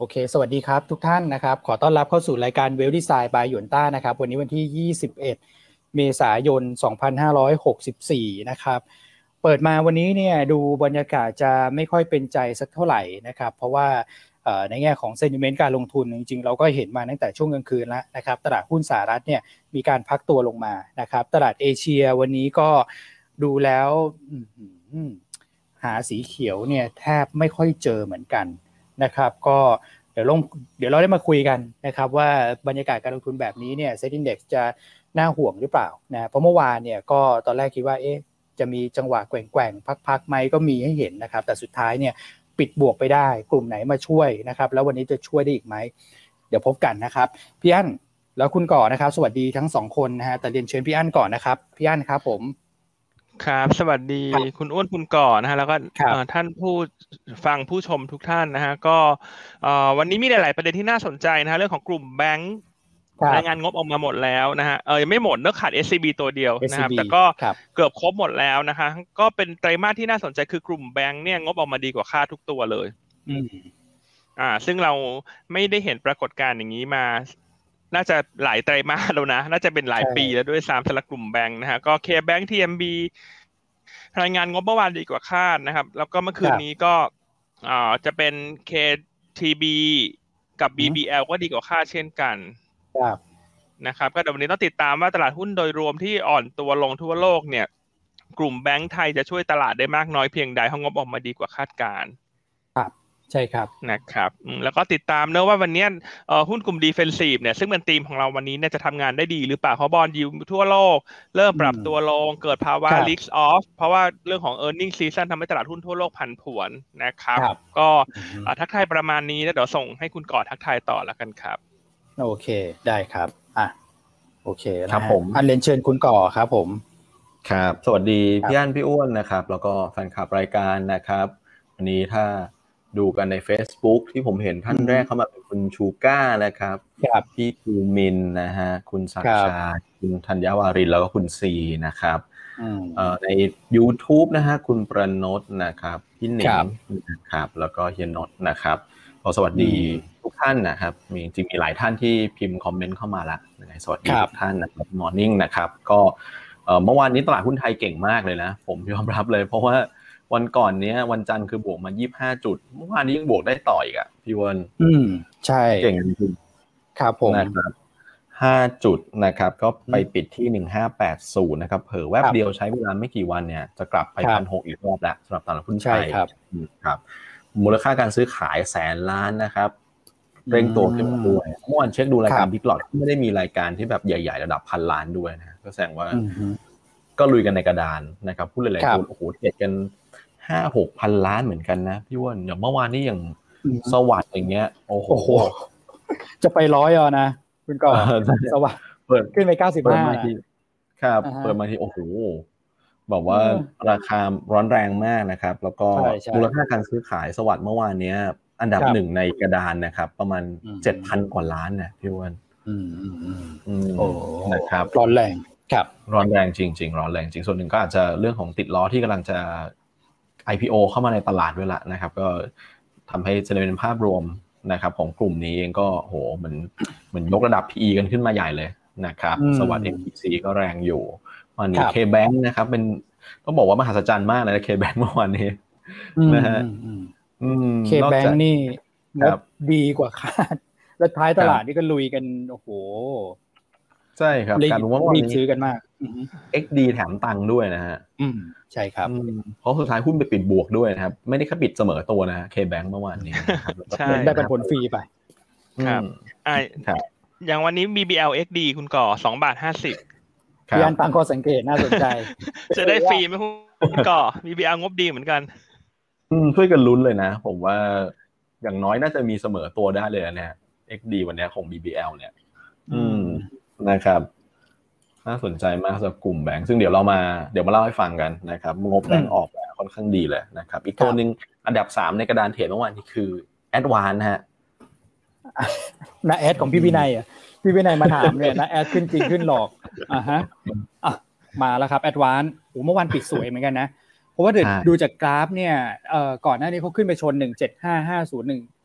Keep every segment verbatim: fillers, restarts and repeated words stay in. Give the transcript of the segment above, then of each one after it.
โอเคสวัสดีครับทุกท่านนะครับขอต้อนรับเข้าสู่รายการ Well Design by หยวนต้านะครับวันนี้วันที่ยี่สิบเอ็ดเมษายนสองพันห้าร้อยหกสิบสี่นะครับเปิดมาวันนี้เนี่ยดูบรรยากาศจะไม่ค่อยเป็นใจสักเท่าไหร่นะครับเพราะว่าในแง่ของ sentiment การลงทุนจริงๆเราก็เห็นมาตั้งแต่ช่วงกลางคืนแล้วนะครับตลาดหุ้นสหรัฐเนี่ยมีการพักตัวลงมานะครับตลาดเอเชียวันนี้ก็ดูแล้วหาสีเขียวเนี่ยแทบไม่ค่อยเจอเหมือนกันนะครับก็เดี๋ยวลงเดี๋ยวเราได้มาคุยกันนะครับว่าบรรยากาศการลงทุนแบบนี้เนี่ยเซ็ตอินเด็กซ์จะน่าห่วงหรือเปล่านะเพราะเมื่อวานเนี่ยก็ตอนแรกคิดว่าเอ๊ะจะมีจังหวะแกว่งๆพักๆไหมก็มีให้เห็นนะครับแต่สุดท้ายเนี่ยปิดบวกไปได้กลุ่มไหนมาช่วยนะครับแล้ววันนี้จะช่วยได้อีกไหมเดี๋ยวพบกันนะครับพี่อั้นแล้วคุณก่อนะครับสวัสดีทั้งสองคนนะฮะแต่เรียนเชิญพี่อั้นก่อนนะครับพี่อั้นครับผมครับสวัสดีคุณอ้วนคุณก่อนะฮะแล้วก็ท่านผู้ฟังผู้ชมทุกท่านนะฮะก็วันนี้มีหลายๆประเด็นที่น่าสนใจนะฮะเรื่องของกลุ่มแบงก์รายงานงบออกมาหมดแล้วนะฮะเออยังไม่หมดเนื้อขาด เอส ซี บี ตัวเดียวนะครับแต่ก็เกือบครบหมดแล้วนะคะก็เป็นไตรมาสที่น่าสนใจคือกลุ่มแบงก์เนี่ยงบออกมาดีกว่าคาดทุกตัวเลยอ่าซึ่งเราไม่ได้เห็นปรากฏการณ์อย่างนี้มาน่าจะหลายไตรมาสแล้วนะน่าจะเป็นหลายปีแล้วด้วยซ้ำสำหรับกลุ่มแบงก์นะฮะก็ K-Bank ที เอ็ม บี รายงานงบเมื่อวานดีกว่าคาดนะครับแล้วก็เมื่อคืนนี้ก็อ่าจะเป็น เค ที บี กับ บี บี แอล ก็ดีกว่าคาดเช่นกันครับนะครับก็เดี๋ยววันนี้ต้องติดตามว่าตลาดหุ้นโดยรวมที่อ่อนตัวลงทั่วโลกเนี่ยกลุ่มแบงก์ไทยจะช่วยตลาดได้มากน้อยเพียงใดเพราะงบออกมาดีกว่าคาดการณ์ครับใช่ครับนะครับแล้วก็ติดตามเนอะว่าวันนี้เอ่อหุ้นกลุ่ม Defensive เนี่ยซึ่งเป็นธีมของเราวันนี้เนี่ยจะทำงานได้ดีหรือเปล่าเพราะบอนด์ยิลด์ทั่วโลกเริ่มปรับตัวลงเกิดภาวะ risk off เพราะว่าเรื่องของ earning season ทำให้ตลาดหุ้นทั่วโลกผันผวนนะครับก็ทักทายประมาณนี้แล้วเดี๋ยวส่งให้คุณก่อทักทายต่อแล้วกันครับโอเคได้ครับอ่ะโอเคครับผมอันเรียนเชิญคุณก่อครับผมครับสวัสดีพี่อั้นพี่อ้วนนะครับแล้วก็แฟนคลับรายการนะครับวันนี้ถ้าดูกันใน Facebook ที่ผมเห็นท่านแรกเข้ามาเป็นคุณชูก้านะครับพี่ภูมินนะฮะคุณศักดิ์ชาคุณธัญญวารินแล้วก็คุณซีนะครับเอ่อใน YouTube นะฮะคุณประนตนะครับพี่หนิงนะครับแล้วก็เฮียนนท์นะครับขอสวัสดีทุกท่านนะครับมีจริงมีหลายท่านที่พิมพ์คอมเมนต์เข้ามาละสวัสดีทุกท่านนะครับมอร์นิ่งนะครับก็เมื่อวานนี้ตลาดหุ้นไทยเก่งมากเลยนะผมยอมรับเลยเพราะว่าวันก่อนเนี้ยวันจันทร์คือบวกมายี่สิบห้าจุดเมื่อวานนี้ยังบวกได้ต่ออีกอ่ะพี่วอนอืมใช่เก่งจริงครับผมนะครับห้าจุดนะครับก็ไปปิดที่หนึ่งพันห้าร้อยแปดสิบนะครับเผลอแวบเดียวใช้เวลาไม่กี่วันเนี่ยจะกลับไป หนึ่งพันหกร้อย อีกรอบแล้วสำหรับตลาดหุ้นไทยครับครับมูลค่าการซื้อขายแสนล้านนะครับเร่งตัวขึ้นมาด้วยเมื่อวานเช็คดูรายการบิ๊กหลอทไม่ได้มีรายการที่แบบใหญ่ๆระดับพันล้านด้วยนะก็แสดงว่าก็ลุยกันในกระดานนะครับผู้เล่นหลายคนโอ้โหเทรดกัน ห้าหกพัน ล้านเหมือนกันนะพี่อ้วนอย่างเมื่อวานนี้อย่างสวัสดิ์อย่างเงี้ยโอ้โหจะไปร้อยอ่ะนะคุณก่อนสวัสดิ์เปิดขึ้นไปเก้าสิบห้าครับเปิดมาทีโอ้โหบอกว่าราคาร้อนแรงมากนะครับแล้วก็มูลค่าการซื้อขายสวัสดิ์เมื่อวานนี้อันดับหนึ่งในกระดานนะครับประมาณ เจ็ดพัน กว่าล้านนะพี่อ้วนอืมอืมโอ้นะครับร้อนแรงครับร้อนแรงจริงๆร้อนแรงจริงส่วนหนึ่งก็อาจจะเรื่องของติดล้อที่กำลังจะ ไอ พี โอ เข้ามาในตลาดด้วยละนะครับก็ทำให้เซนติเมนต์ภาพรวมนะครับของกลุ่มนี้เองก็โหเหมือนเหมือนยกระดับ พี อี กันขึ้นมาใหญ่เลยนะครับสวัสดิ์ เอ็ม ที ซี ก็แรงอยู่วันนี้ K-Bank นะครับเป็นต้องบอกว่ามหัศจรรย์มากเลยนะ K-Bank เมื่อวานนี้นะฮะอืม K-Bank นี่งบดีกว่าคาดแล้วท้ายตลาดนี่ก็ลุยกันโอ้โหใช่ครับการรู้ว่าวันนี้ซื้อกันมากเอ็กซ์ ดี แถมตังค์ด้วยนะฮะอืมใช่ครับเพราะสุดท้ายหุ้นไปปิดบวกด้วยนะครับไม่ได้แค่ปิดเสมอตัวนะฮะ K-Bank เมื่อวานนี้ครับได้เป็นผลฟรีไปครับอ่าอย่างวันนี้ บี บี แอล เอ็กซ์ ดี คุณก่อ สองบาทห้าสิบพี่อันตั้งข้อสังเกตน่าสนใจจะได้ฟรีมั้ยคุณก่อ บี บี แอล งบดีเหมือนกันอืมช่วยกันลุ้นเลยนะผมว่าอย่างน้อยน่าจะมีเสมอตัวได้เลยนะเนี่ย เอ็กซ์ ดี วันนี้ของ บี บี แอล เนี่ยอืมนะครับน่าสนใจมากสำหรับกลุ่มแบงค์ซึ่งเดี๋ยวเรามาเดี๋ยวมาเล่าให้ฟังกันนะครับงบแบงค์ออกมาค่อนข้างดีเลยนะครับอีกตัวนึงอันดับสามในกระดานเทรดเมื่อวานนี้คือ Advance นะฮะนะแอดของพี่วินัยอ่ะพี่วินัยมาถามเนี่ยนะแอดขึ้นจริงขึ้นหลอกอ่าฮะอ่ะมาแล้วครับ Advance โอ้เมื่อวานปิดสวยเหมือนกันนะเพราะว่าดูจากกราฟเนี่ยเอ่อก่อนหน้านี้เขาขึ้นไปชนหนึ่งเจ็ดห้าห้าศูนย์ หนึ่ง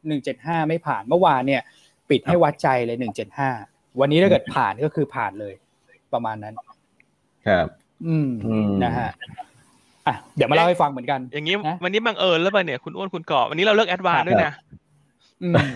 หนึ่งเจ็ดห้าไม่ผ่านเมื่อวานเนี่ยปิดให้วัดใจเลยหนึ่งเจ็ดห้าวันนี้ถ้าเกิดผ่านก็คือผ่านเลยประมาณนั้นครับอืมนะฮะอ่ะเดี๋ยวมาเล่าให้ฟังเหมือนกันอย่างนี้วันนี้บังเอิญแล้วป่ะเนี่ยคุณอ้วนคุณก่อวันนี้เราเลิกแอดวานซ์ด้วยนะอืม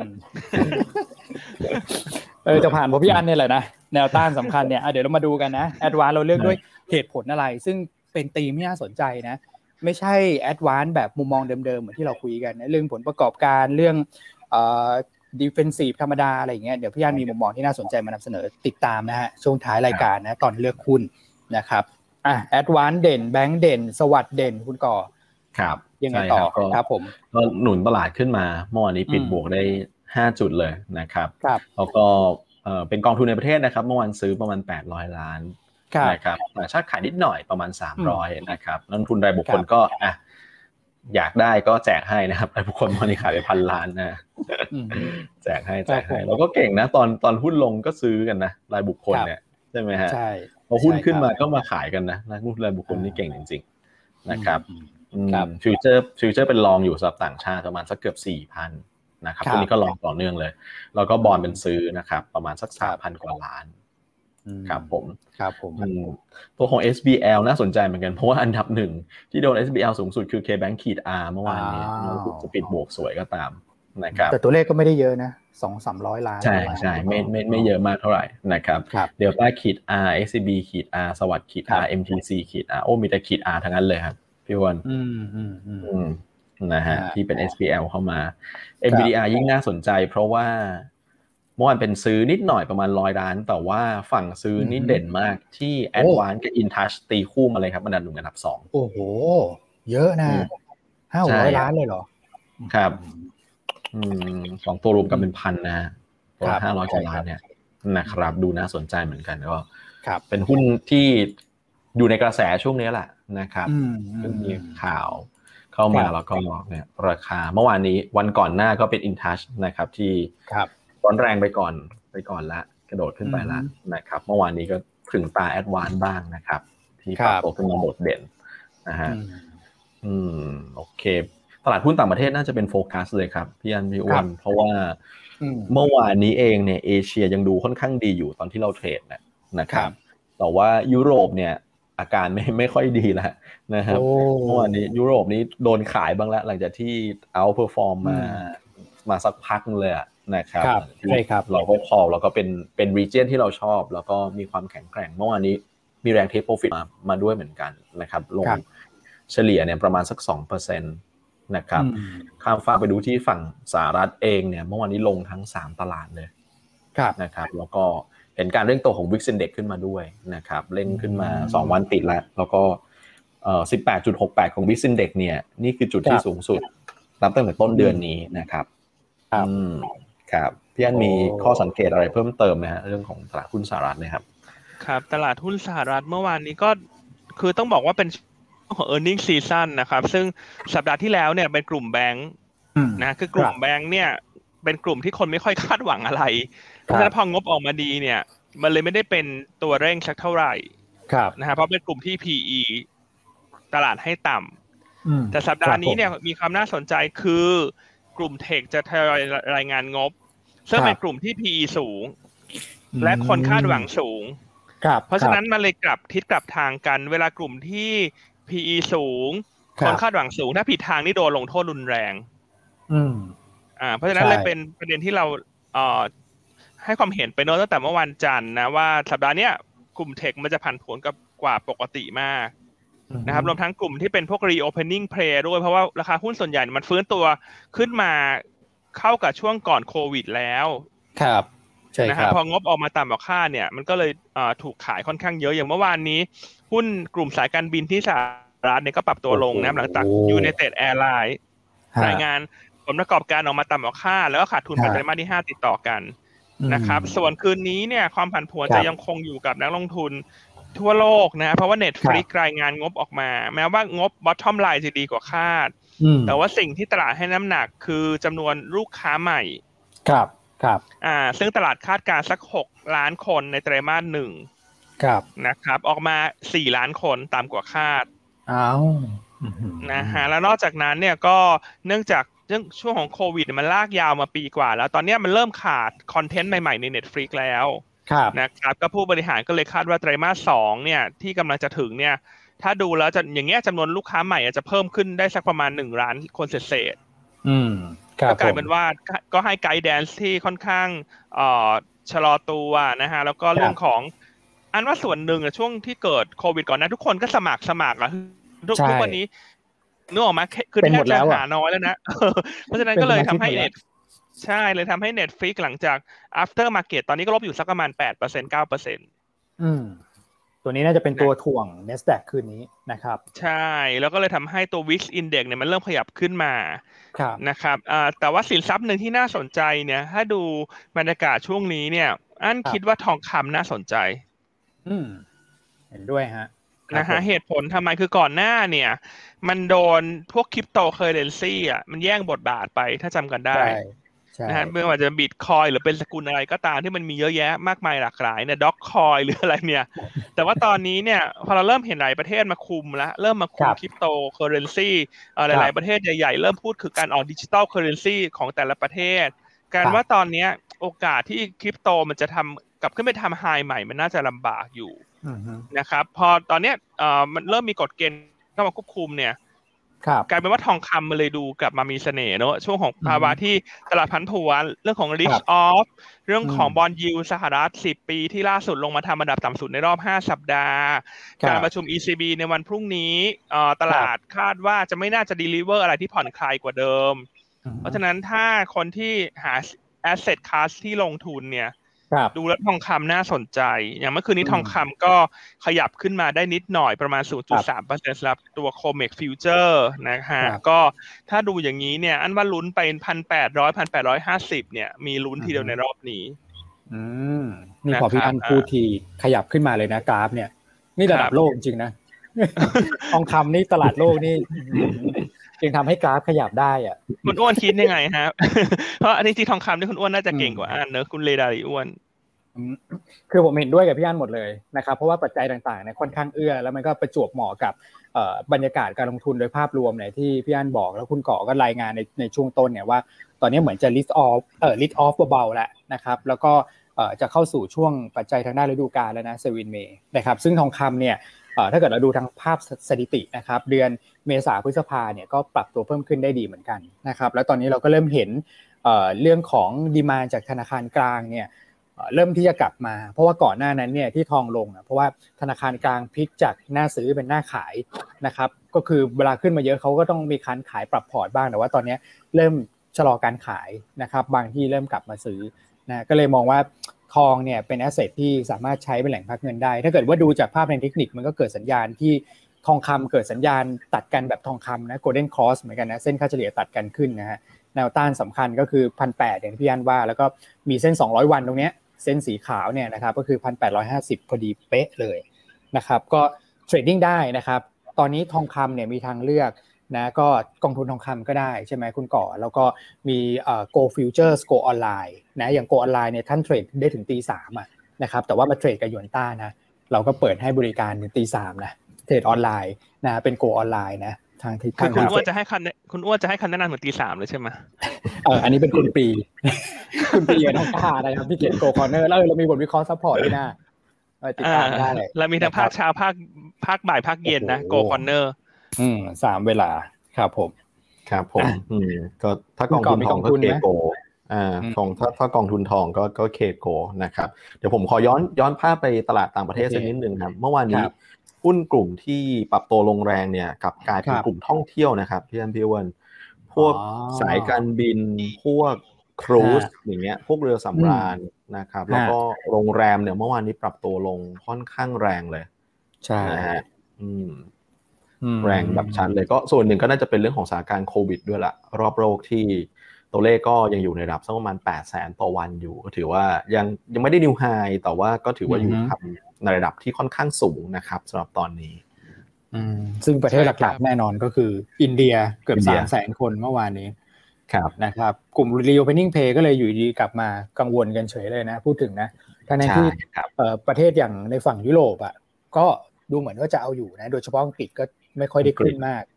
เออจะผ่านเพราะพี่อันเนี่ยแหละนะแนวต้านสำคัญเนี่ยเดี๋ยวเรามาดูกันนะแอดวานซ์เราเลือกด้วยเหตุผลอะไรซึ่งเป็นธีมที่น่าสนใจนะไม่ใช่แอดวานซ์แบบมุมมองเดิมๆเหมือนที่เราคุยกันนะเรื่องผลประกอบการเรื่องเอ่อดิเฟนซีฟธรรมดาอะไรอย่างเงี้ยเดี๋ยวพี่อันมีมุมมองที่น่าสนใจมานำเสนอติดตามนะฮะช่วงท้ายรายการนะตอนเลือกหุ้นนะครับอ่ะแอดวานซ์เด่นแบงค์เด่นสวัสดิ์เด่นคุณก่อครับยังไงต่อครับผมก็หนุนตลาดขึ้นมาเมื่อวานนี้ปิดบวกได้ห้าจุดเลยนะครับแล้วก็เอ่อเป็นกองทุนในประเทศนะครับเมื่อวานซื้อประมาณแปดร้อยล้านนะครับต่างชาติขายนิดหน่อยประมาณสามร้อยนะครับนักลงทุนรายบุคคลก็อ่ะอยากได้ก็แจกให้นะครับรายบุคคลวันนี้ขายไปพันล้านนะแจกให้แจกให้แล้วก็เก่งนะตอนตอนหุ้นลงก็ซื้อกันนะรายบุคคลเนี่ยใช่ไหมฮะใช่พอหุ้นขึ้นมาก็มาขายกันนะนักลงทุนรายบุคคลนี่เก่งจริงๆนะครับฟิวเจอร์ฟิวเจอร์เป็นรองอยู่สำหรับต่างชาติประมาณสักเกือบ สี่พัน นะครับตัวนี้ก็รองต่อเนื่องเลยแล้วก็บอนด์เป็นซื้อนะครับประมาณสัก สามพัน กว่าล้านครับผมครับผมตัวของ เอส บี แอล น่าสนใจเหมือนกันเพราะว่าอันดับหนึ่งที่โดน เอส บี แอล สูงสุดคือ K-Bank R เมื่อวานนี้จะปิดบวกสวยก็ตามนะครับแต่ตัวเลขก็ไม่ได้เยอะนะ สองถึงสามร้อย ล้านใช่ๆไม่ไม่ไม่เยอะมากเท่าไหร่นะครับเดี๋ยวป้า R เอส ซี บี R สวัสดิ์ R เอ็ม ที ซี R โอ้มีแต่ R ทั้งนั้นเลยครับพี่วอนอืมอืมอืมนะฮะที่เป็น เอส บี แอล เข้ามา เอ็น วี ดี อาร์ ยิ่งน่าสนใจเพราะว่าเมื่อวานเป็นซื้อนิดหน่อยประมาณหนึ่งร้อยล้านแต่ว่าฝั่งซื้อนี่เด่นมากที่ Advance กับ InTouch ตีคู่มาเลยครับอันดับหนึ่งอันดับสองโอ้โหเยอะนะ ห้าร้อย ล้านเลยเหรอครับอืมสองตัวรวมกันเป็นพันนะตัวห้าร้อยกว่าล้านเนี่ยนะครับดูน่าสนใจเหมือนกันก็เป็นหุ้นที่อยู่ในกระแสช่วงนี้แหละนะครับซึ่งมีข่าวเข้ามาแล้วก็เนี่ยราคาเมื่อวานนี้วันก่อนหน้าก็เป็น InTouch นะครับที่ร้อนแรงไปก่อนไปก่อนละกระโดดขึ้นไปละนะครับเมื่อวานนี้ก็ถึงตา Advance บ้างนะครับที่ปรับตัวขึ้นมาโดดเด่นนะฮะอืมโอเคตลาดหุ้นต่างประเทศน่าจะเป็นโฟกัสเลยครับพี่อันพี่อ้วนเพราะว่าเมื่อวานนี้เองเนี่ยเอเชียยังดูค่อนข้างดีอยู่ตอนที่เราเทรดนะนะครับแต่ว่ายุโรปเนี่ยอาการไม่ไม่ค่อยดีแล้วนะครับเมื่อวานนี้ยุโรปนี้โดนขายบ้างแล้วหลังจากที่เอาท์เพอร์ฟอร์มมามาสักพักเลยนะครับใช่ครับเราก็พอแล้วก็เป็นเป็นรีเจนที่เราชอบแล้วก็มีความแข็งแกร่งเมื่อวานนี้มีแรงเทคโปรฟิตมามาด้วยเหมือนกันนะครับลงเฉลี่ยเนี่ยประมาณสัก สองเปอร์เซ็นต์ นะครับข้ามฟ้าไปดูที่ฝั่งสหรัฐเองเนี่ยเมื่อวานนี้ลงทั้งสามตลาดเลยนะครับแล้วก็เห็นการเร่งตัวของ Wix Index ขึ้นมาด้วยนะครับเร่งขึ้นมาสองวันติดแล้วแล้วก็เอ่อ สิบแปดจุดหกแปด ของ Wix Index เนี่ยนี่คือจุดที่สูงสุดนับตั้งแต่ต้นเดือนนี้นะครับอืมครับพี่อันมีข้อสังเกตอะไรเพิ่มเติมไหมฮะเรื่องของตลาดหุ้นสหรัฐนะครับครับตลาดหุ้นสหรัฐเมื่อวานนี้ก็คือต้องบอกว่าเป็นของ earning season นะครับซึ่งสัปดาห์ที่แล้วเนี่ยเป็นกลุ่มแบงค์นะคือกลุ่มแบงค์เนี่ยเป็นกลุ่มที่คนไม่ค่อยคาดหวังอะไรเพราะฉะนั้นพองบออกมาดีเนี่ยมันเลยไม่ได้เป็นตัวเร่งสักเท่าไหร่นะฮะเพราะเป็นกลุ่มที่ พี อี ตลาดให้ต่ำแต่สัปดาห์นี้เนี่ยมีความน่าสนใจคือกลุ่มเทคจะทยอยรายงานงบซึ่งเป็นกลุ่มที่ พี อี สูงและคนคาดหวังสูงเพราะฉะนั้นมันเลยกลับทิศกลับทางกันเวลากลุ่มที่ พี อี สูงคนคาดหวังสูงถ้าผิดทางนี่โดนลงโทษรุนแรงอ่าเพราะฉะนั้นเลยเป็นประเด็นที่เราเอ่อให้ความเห็นไปเนอะตั้งแต่เมื่อวันจันทร์นะว่าสัปดาห์เนี้ยกลุ่มเทคมันจะผันผวนกับกว่าปกติมากนะครับรวมทั้งกลุ่มที่เป็นพวก reopening play ด้วยเพราะว่าราคาหุ้นส่วนใหญ่มันฟื้นตัวขึ้นมาเข้ากับช่วงก่อนโควิดแล้วครับใช่ครับนะฮะพองบออกมาต่ำกว่าคาดเนี่ยมันก็เลยเอ่อถูกขายค่อนข้างเยอะอย่างเมื่อวานนี้หุ้นกลุ่มสายการบินที่สหรัฐเนี่ยก็ปรับตัวลงนะหลังจาก United Airlines รายงานผลประกอบการออกมาต่ำกว่าคาดแล้วก็ขาดทุนเป็นไตรมาสที่ห้าติดต่อกันนะครับส่วนคืนนี้เนี่ยความผันผวนจะยังคงอยู่กับนักลงทุนทั่วโลกนะเพราะว่า Netflix รายงานงบออกมาแม้ว่างบ bottom line จะดีกว่าคาดแต่ว่าสิ่งที่ตลาดให้น้ำหนักคือจำนวนลูกค้าใหม่ครับครับอ่าซึ่งตลาดคาดการณ์สักหกล้านคนในไตรมาสหนึ่งครับนะครับออกมาสี่ล้านคนต่ำกว่าคาดอ้าวนะฮะแล้วนอกจากนั้นเนี่ยก็เนื่องจากเรื่องช่วงของโควิดมันลากยาวมาปีกว่าแล้วตอนนี้มันเริ่มขาดคอนเทนต์ใหม่ๆใน Netflix แล้วนะครับก็ผู้บริหารก็เลยคาดว่าไตรมาสสองเนี่ยที่กำลังจะถึงเนี่ยถ้าดูแล้วจะอย่างเงี้ยจำนวนลูกค้าใหม่อาจจะเพิ่มขึ้นได้สักประมาณหนึ่งล้านคนเศษๆอืมก็กลายเป็นว่าก็ให้ไกด์แดนซ์ที่ค่อนข้างเอ่อชะลอตัวนะฮะแล้วก็เรื่องของอันว่าส่วนหนึ่งช่วงที่เกิดโควิดก่อนนะทุกคนก็สมัครสมัครอะทุกวันนี้นึกออกไหมคือแทบจะหาน้อยแล้วนะเพราะฉะนั้นก็เลยทำให้เน็ตใช่เลยทำให้ Netflix หลังจาก after market ตอนนี้ก็ลบอยู่สักประมาณ แปดเปอร์เซ็นต์ เก้าเปอร์เซ็นต์อืมตัวนี้น่าจะเป็นตัวถ่วง Nasdaq คืนนี้นะครับใช่แล้วก็เลยทำให้ตัว วี ไอ เอ็กซ์ Index เนี่ยมันเริ่มขยับขึ้นมานะครับอ่าแต่ว่าสินทรัพย์หนึ่งที่น่าสนใจเนี่ยถ้าดูบรรยากาศช่วงนี้เนี่ยอันคิดว่าทองคำน่าสนใจอืมเห็นด้วยฮะนะฮะเหตุผลทำไมคือก่อนหน้าเนี่ยมันโดนพวกคริปโตเคอเรนซีอ่ะมันแย่งบทบาทไปถ้าจำกันได้นะฮะไม่ว่าจะบิตคอยหรือเป็นสกุลอะไรก็ตามที่มันมีเยอะแยะมากมายหลากหลายเนี่ยด็อกคอยหรืออะไรเนี่ยแต่ว่าตอนนี้เนี่ยพอเราเริ่มเห็นหลายประเทศมาคุมแล้วเริ่มมาคุมคริปโตเคอเรนซีหลายๆประเทศใหญ่ๆเริ่มพูดคือการออกดิจิตอลเคอเรนซีของแต่ละประเทศการว่าตอนนี้โอกาสที่คริปโตมันจะทำกลับขึ้นไปทำไฮใหม่มันน่าจะลำบากอยู่นะครับพอตอนนี้มันเริ่มมีกฎเกณฑ์เข้ามาควบคุมเนี่ยกลายเป็นว่าทองคำมันเลยดูกลับมามีเสน่ห์เนอะช่วงของภาวะที่ตลาดผันผวนเรื่องของ risk off เรื่องของ bond yield สหรัฐสิบปีที่ล่าสุดลงมาทำอันดับต่ำสุดในรอบห้าสัปดาห์การประชุม อี ซี บี ในวันพรุ่งนี้ตลาดคาดว่าจะไม่น่าจะ deliver อะไรที่ผ่อนคลายกว่าเดิมเพราะฉะนั้นถ้าคนที่หา asset class ที่ลงทุนเนี่ยดูแล้วทองคำน่าสนใจอย่างเมื่อคืนนี้ทองคำก็ขยับขึ้นมาได้นิดหน่อยประมาณ ศูนย์จุดสามเปอร์เซ็นต์ สำหรับตัว โคเม็กซ์ Future นะฮะก็ถ้าดูอย่างนี้เนี่ยอันว่าลุ้นไป หนึ่งพันแปดร้อย หนึ่งพันแปดร้อยห้าสิบ เนี่ยมีลุ้นทีเดียวในรอบนี้อืมนี่พอพี่อันพูดทีขยับขึ้นมาเลยนะกราฟเนี่ยนี่ระดับโลกจริงๆนะทองคำนี่ตลาดโลกนี่จึงทำให้กราฟขยับได้อ่ะคุณอ้วนคิดยังไงครับเพราะอันนี้ที่ทองคำที่คุณอ้วนน่าจะเก่งกว่าอันเนอะคุณเลดาริอ้วนคือผมเห็นด้วยกับพี่อันหมดเลยนะครับเพราะว่าปัจจัยต่างๆเนี่ยค่อนข้างเอื้อแล้วมันก็ประจวบเหมาะกับบรรยากาศการลงทุนโดยภาพรวมเนี่ยที่พี่อันบอกแล้วคุณก่อก็รายงานในในช่วงต้นเนี่ยว่าตอนนี้เหมือนจะ list off เอ่อ list off เบาๆแล้วนะครับแล้วก็จะเข้าสู่ช่วงปัจจัยทางด้านฤดูกาลแล้วนะเซวินเมย์นะครับซึ่งทองคำเนี่ยถ้าเกิดเราดูทางภาพสถิตินะครับเดือนเมษาพฤษภาเนี่ยก็ปรับตัวเพิ่มขึ้นได้ดีเหมือนกันนะครับแล้วตอนนี้เราก็เริ่มเห็นเรื่องของดีมานด์จากธนาคารกลางเนี่ยเริ่มที่จะกลับมาเพราะว่าก่อนหน้านั้นเนี่ยที่ทองลงอ่ะเพราะว่าธนาคารกลางพลิกจากหน้าซื้อเป็นหน้าขายนะครับก็คือเวลาขึ้นมาเยอะเขาก็ต้องมีการขายปรับพอร์ตบ้างแต่ว่าตอนนี้เริ่มชะลอการขายนะครับบางที่เริ่มกลับมาซื้อนะก็เลยมองว่าทองเนี่ยเป็นแอสเซทที่สามารถใช้เป็นแหล่งพักเงินได้ถ้าเกิดว่าดูจากภาพในเทคนิคมันก็เกิดสัญญาณที่ทองคำเกิดสัญญาณตัดกันแบบทองคำนะ Golden Cross เหมือนกันนะเส้นค่าเฉลี่ยตัดกันขึ้นนะฮะแนวต้านสำคัญก็คือ หนึ่งพันแปดร้อย อย่างที่พี่อันว่าแล้วก็มีเส้นสองร้อยวันตรงเนี้ยเส้นสีขาวเนี่ยนะครับก็คือ หนึ่งพันแปดร้อยห้าสิบ พอดีเป๊ะเลยนะครับก็เทรดดิ้งได้นะครับตอนนี้ทองคำเนี่ยมีทางเลือกนะก็กองทุนทองคำก็ได้ใช่ไหมคุณก่อแล้วก็มีเอ่อ Go Futures Go Online นะอย่าง Go Online เนี่ยท่านเทรดได้ถึงตีสามอ่ะนะครับแต่ว่ามาเทรดกับหยวนต้านะเราก็เปิดให้บริการถึงตีสามนะเทรดออนไลน์นะเป็น Go Online นะทางที่คุณอ้วนจะให้คำคุณอ้วนจะให้คำแนะนำเหมือนตีสามเลยใช่ไหมเอออันนี้เป็นคุณปีคุณปีน้องกานะครับพี่เกียรติโกคอร์เนอร์แล้วเรามีบทวิเคราะห์ซัพพอร์ตด้วยนะติดตามได้เรามีทั้งภาคเช้าภาคภาคบ่ายภาคเย็นนะโกคอร์เนอร์อืมสามเวลาครับผมครับผมอืมก็ถ้ากองทุนทองก็เคโกอ่าของถ้าถ้ากองทุนทองก็ก็เคโกนะครับเดี๋ยวผมขอย้อนย้อนภาพไปตลาดต่างประเทศสักนิดนึงครับเมื่อวานนี้หุ้นกลุ่มที่ปรับตัวลงแรงเนี่ยกลับกลายเป็นกลุ่มท่องเที่ยวนะครับพี่อันพี่อ้วนพวกสายการบินพวกครูซอย่างเงี้ยพวกเรือสำราญนะครับแล้วก็โรงแรมเนี่ยเมื่อวานนี้ปรับตัวลงค่อนข้างแรงเลยใช่นะฮะอืมแรงแบบชัดเลยก็ส่วนหนึ่งก็น่าจะเป็นเรื่องของสถานการณ์โควิดด้วยละรอบโลกที่ตัวเลขก็ยังอยู่ในระดับสักประมาณแปดแสนต่อวันอยู่ก็ถือว่ายังยังไม่ได้นิวไฮแต่ว่าก็ถือว่าอยู่ทำในระดับที่ค่อนข้างสูงนะครับสำหรับตอนนี้ซึ่งประเทศหลักๆแน่นอนก็คืออินเดียเกือบสามแสนคนเมื่อวานนี้นะครับกลุ่ม Reopening Play ก็เลยอยู่ดีกลับมากังวลกันเฉยเลยนะพูดถึงนะทั้งที่ประเทศอย่างในฝั่งยุโรปอ่ะก็ดูเหมือนว่าจะเอาอยู่นะโดยเฉพาะอังกฤษก็ไม่ค่อยได้ขึ้นมาก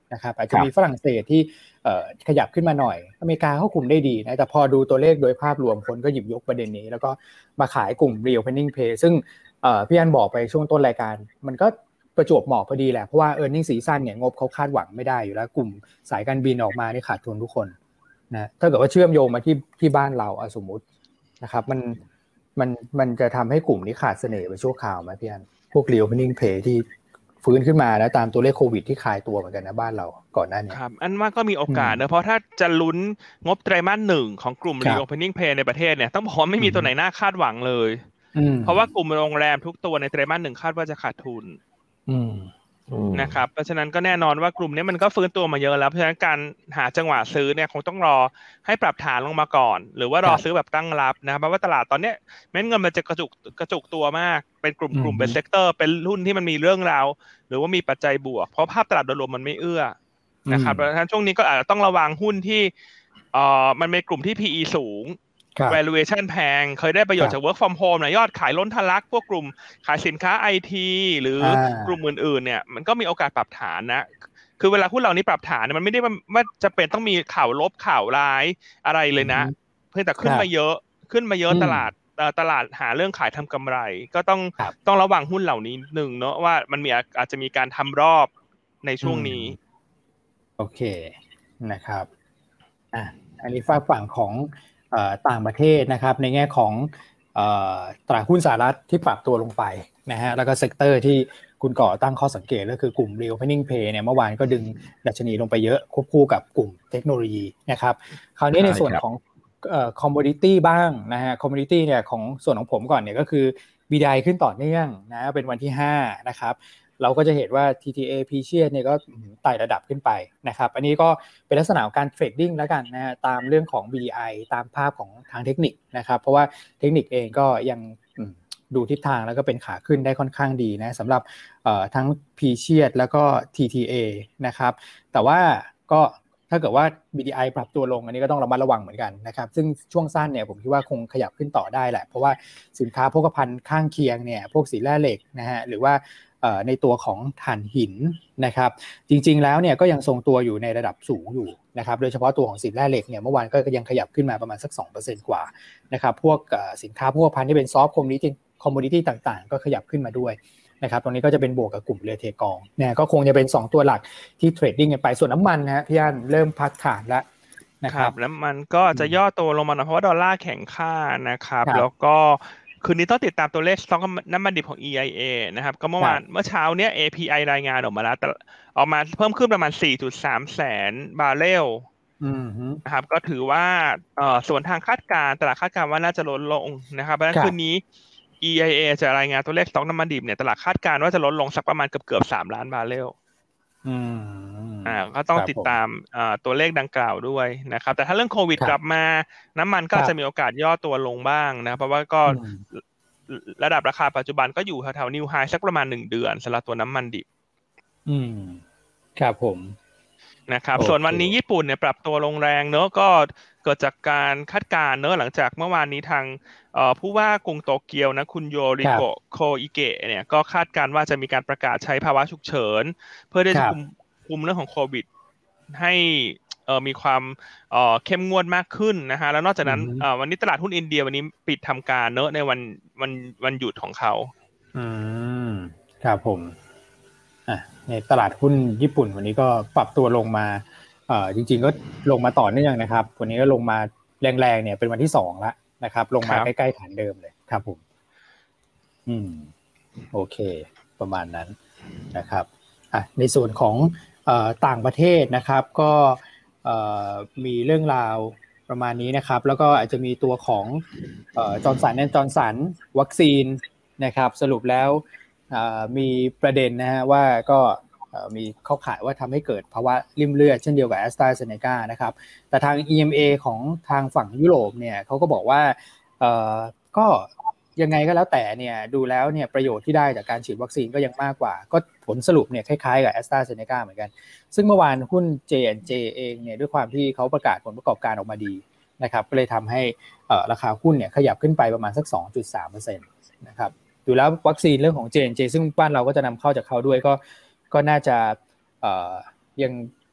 นะครับอาจจะมีฝรั่งเศสที่ขยับขึ้นมาหน่อยอเมริกาเขาคุมได้ดีนะแต่พอดูตัวเลขโดยภาพรวมคนก็หยิบยกประเด็นนี้แล้วก็มาขายกลุ่ม Reopening Play ซึ่งพี่อันบอกไปช่วงต้นรายการมันก็ประจวบเหมาะพอดีแหละเพราะว่า earning season เนี่ยงบเขาคาดหวังไม่ได้อยู่แล้วกลุ่มสายการบินออกมานี่ขาดทุนทุกคนนะถ้าเกิดว่าเชื่อมโยงมาที่ที่บ้านเราสมมุตินะครับมันมันมันจะทำให้กลุ่มนี้ขาดเสน่ห์ไปชั่วคราวไหมพี่อันพวก Reopening Play ที่ฟื้นขึ้นมาแล้วตามตัวเลขโควิดที่คลายตัวเหมือนกันนะบ้านเราก่อนหน้านี้ครับอันว่าก็มีโอกาสนะเพราะถ้าจะลุ้นงบไตรมาสหนึ่งของกลุ่ม Reopening Play ในประเทศเนี่ยต้องบอกว่าไม่มีตัวไหนน่าคาดหวังเลยเพราะว่ากลุ่มโรงแรมทุกตัวในไตรมาสหนึ่งคาดว่าจะขาดทุนนะครับเพราะฉะนั้นก็แน่นอนว่ากลุ่มนี้มันก็ฟื้นตัวมาเยอะแล้วเพราะฉะนั้นการหาจังหวะซื้อเนี่ยคงต้องรอให้ปรับฐานลงมาก่อนหรือว่ารอซื้อแบบตั้งรับนะครับเพราะว่าตลาดตอนนี้เม็ดเงินมันจะกระจุกกระจุกตัวมากเป็นกลุ่มกลุ่มเป็นเซกเตอร์เป็นหุ้นที่มันมีเรื่องราวหรือว่ามีปัจจัยบวกเพราะภาพตลาดโดยรวมมันไม่เอื้อนะครับเพราะฉะนั้นช่วงนี้ก็อาจจะต้องระวังหุ้นที่เอ่อมันเป็นกลุ่มที่ พี อี สูงvaluation แพงเคยได้ประโยชน์จาก work from home นะยอดขายล้นทะลักพวกกลุ่มขายสินค้า ไอ ที หรือกลุ่มอื่นๆเนี่ยมันก็มีโอกาสปรับฐานนะคือเวลาหุ้นเหล่านี้ปรับฐานมันไม่ได้ว่าจะเป็นต้องมีข่าวลบข่าวร้ายอะไรเลยนะเพียงแต่ขึ้นมาเยอะขึ้นมาเยอะตลาดตลาดหาเรื่องขายทำกำไรก็ต้องต้องระวังหุ้นเหล่านี้หนึ่งเนาะว่ามันมีอาจจะมีการทำรอบในช่วงนี้โอเคนะครับอ่ะอันนี้ฝากฝั่งของต่างประเทศนะครับในแง่ของตลาดหุ้นสหรัฐที่ปรับตัวลงไปนะฮะแล้วก็เซกเตอร์ที่คุณก่อตั้งข้อสังเกตก็คือกลุ่ม Reopening Play เนี่ยเมื่อวานก็ดึงดัชนีลงไปเยอะควบคู่กับกลุ่มเทคโนโลยีนะครับคราวนี้ในส่วนของเอ่อ commodity บ้างนะฮะ commodity เนี่ยของส่วนของผมก่อนเนี่ยก็คือ บี ดี ไอ ขึ้นต่อเนื่องนะเป็นวันที่ห้านะครับเราก็จะเห็นว่า ที ที เอ Precious เนี่ยก็ไต่ระดับขึ้นไปนะครับอันนี้ก็เป็นลักษณะของการเทรดดิ้งแล้วกันนะฮะตามเรื่องของ บี ดี ไอ ตามภาพของทางเทคนิคนะครับเพราะว่าเทคนิคเองก็ยังดูทิศทางแล้วก็เป็นขาขึ้นได้ค่อนข้างดีนะสำหรับทั้ง Precious แล้วก็ ที ที เอ นะครับแต่ว่าก็ถ้าเกิดว่า บี ดี ไอ ปรับตัวลงอันนี้ก็ต้องระมัดระวังเหมือนกันนะครับซึ่งช่วงสั้นเนี่ยผมคิดว่าคงขยับขึ้นต่อได้แหละเพราะว่าสินค้าโภคภัณฑ์ข้างเคียงเนี่ยพวกสีแร่เหล็กนะฮะหรือว่าในตัวของถ่านหินนะครับจริงๆแล้วเนี่ยก็ยังทรงตัวอยู่ในระดับสูงอยู่นะครับโดยเฉพาะตัวของสีแร่เหล็กเนี่ยเมื่อวานก็ยังขยับขึ้นมาประมาณสัก สองเปอร์เซ็นต์ กว่านะครับพวกสินค้าโภคภัณฑ์ที่เป็นซอฟต์คอมมูนิตี้คอมมูนิตี้ต่างๆก็ขยับขึ้นมาด้วยนะครับตรงนี้ก็จะเป็นบวกกับกลุ่มเรือเทกองเนี่ยก็คงจะเป็นสองตัวหลักที่เทรดดิ้งกันไปส่วนน้ำมันนะฮะพี่อั้นเริ่มพักฐานแล้วนะครับน้ำมันก็จะย่อตัวลงมาหน่อยเพราะว่าดอลลาร์แข็งค่านะครับแล้วก็คืนนี้ต้องติดตามตัวเลขสต็อกน้ำมันดิบของ อี ไอ เอ นะครับก็เมื่อวานเมื่อเช้าเนี้ย เอ พี ไอ รายงานออกมาแล้วออกมาเพิ่มขึ้นประมาณ สี่จุดสาม แสนบาร์เรลนะครับก็ถือว่าเอ่อส่วนทางคาดการณ์ตลาดคาดการณ์ว่าน่าจะลดลงนะครับเพราะฉะนั้นคืนนี้ อี ไอ เอ จะรายงานตัวเลขสต็อกน้ำมันดิบเนี่ยตลาดคาดการณ์ว่าจะลดลงสักประมาณเกือบๆสามล้านบาร์เรลอืมอ่าก็ต้องติดตามอ่าตัวเลขดังกล่าวด้วยนะครับแต่ถ้าเรื่องโควิดกลับมาน้ำมันก็จะมีโอกาสย่อตัวลงบ้างนะเพราะว่าก็ระดับราคาปัจจุบันก็อยู่แถวๆนิวไฮสักประมาณหนึ่งเดือนสำหรับตัวน้ำมันดิบอืมครับผมนะครับส่วนวันนี้ญี่ปุ่นเนี่ยปรับตัวลงแรงเนอะก็เกิดจากการคาดการณ์เนอะหลังจากเมื่อวานนี้ทางเอ่อผู้ว่ากรุงโตเกียวนะคุณโยริโกะโคอิเกะเนี่ยก็คาดการณ์ว่าจะมีการประกาศใช้ภาวะฉุกเฉินเพื่อที่จะคุมคุมเรื่องของโควิดให้เอ่อมีความเอ่อเข้มงวดมากขึ้นนะฮะแล้วนอกจากนั้นเอ่อวันนี้ตลาดหุ้นอินเดียวันนี้ปิดทำการเนอะในวันวันวันหยุดของเขาอืมครับผมอ่ะในตลาดหุ้นญี่ปุ่นวันนี้ก็ปรับตัวลงมาเอ่อจริงๆก็ลงมาต่อเนื่องนะครับวันนี้ก็ลงมาแรงๆเนี่ยเป็นวันที่สองแล้วนะครับลงมาใกล้ๆฐานเดิมเลยครับผมอืมโอเคประมาณนั้นนะครับอ่ะในส่วนของเอ่อต่างประเทศนะครับก็เอ่อมีเรื่องราวประมาณนี้นะครับแล้วก็อาจจะมีตัวของเอ่อจอห์นสันแอนด์จอห์นสันวัคซีนนะครับสรุปแล้วมีประเด็นนะฮะว่าก็มีเข้าข่ายว่าทำให้เกิดภาวะริ่มเลือดเช่นเดียวกับ AstraZeneca นะครับแต่ทาง อี เอ็ม เอ ของทางฝั่งยุโรปเนี่ยเขาก็บอกว่าเอ่อก็ยังไงก็แล้วแต่เนี่ยดูแล้วเนี่ยประโยชน์ที่ได้จากการฉีดวัคซีนก็ยังมากกว่าก็ผลสรุปเนี่ยคล้ายๆกับ AstraZeneca เหมือนกันซึ่งเมื่อวานหุ้น เจ แอนด์ เจ เองเนี่ยด้วยความที่เขาประกาศผลประกอบการออกมาดีนะครับก็เลยทำให้ราคาหุ้นเนี่ยขยับขึ้นไปประมาณสัก สองจุดสามเปอร์เซ็นต์ นะครับดูแล้ววัคซีนเรื่องของ เจ แอนด์ เจ ซึ่งบ้านเราก็จะนำเข้าจากเขาด้วยก็ก็น่าจะเอ่อยัง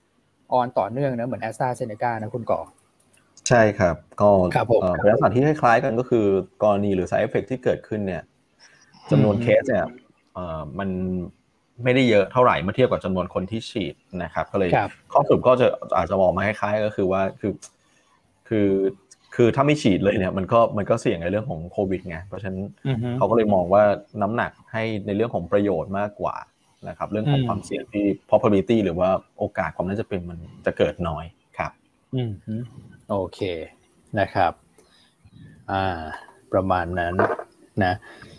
ออนต่อเนื่องนะเหมือน AstraZeneca นะคุณก่อใช่ครับก็เป็นลักษณะที่คล้ายๆกันก็คือกรณีหรือ side effect ที่เกิดขึ้นเนี่ยจำนวนเคสเนี่ยมันไม่ได้เยอะเท่าไหร่เมื่อเทียบกับจำนวนคนที่ฉีดนะครับก็เลยข้อสรุปก็จะอาจจะมองมาคล้ายๆก็คือว่าคือคือคือถ้าไม่ฉีดเลยเนี่ยมันก็มันก็เสี่ยงในเรื่องของโควิดไงเพราะฉะนั้นเขาก็เลยมองว่าน้ำหนักให้ในเรื่องของประโยชน์มากกว่านะครับเรื่องของความเสี่ยงที่ probability หรือว่าโอกาสความน่าจะเป็นมันจะเกิดน้อยครับอืมโอเคนะครับอ่าประมาณนั้นนะ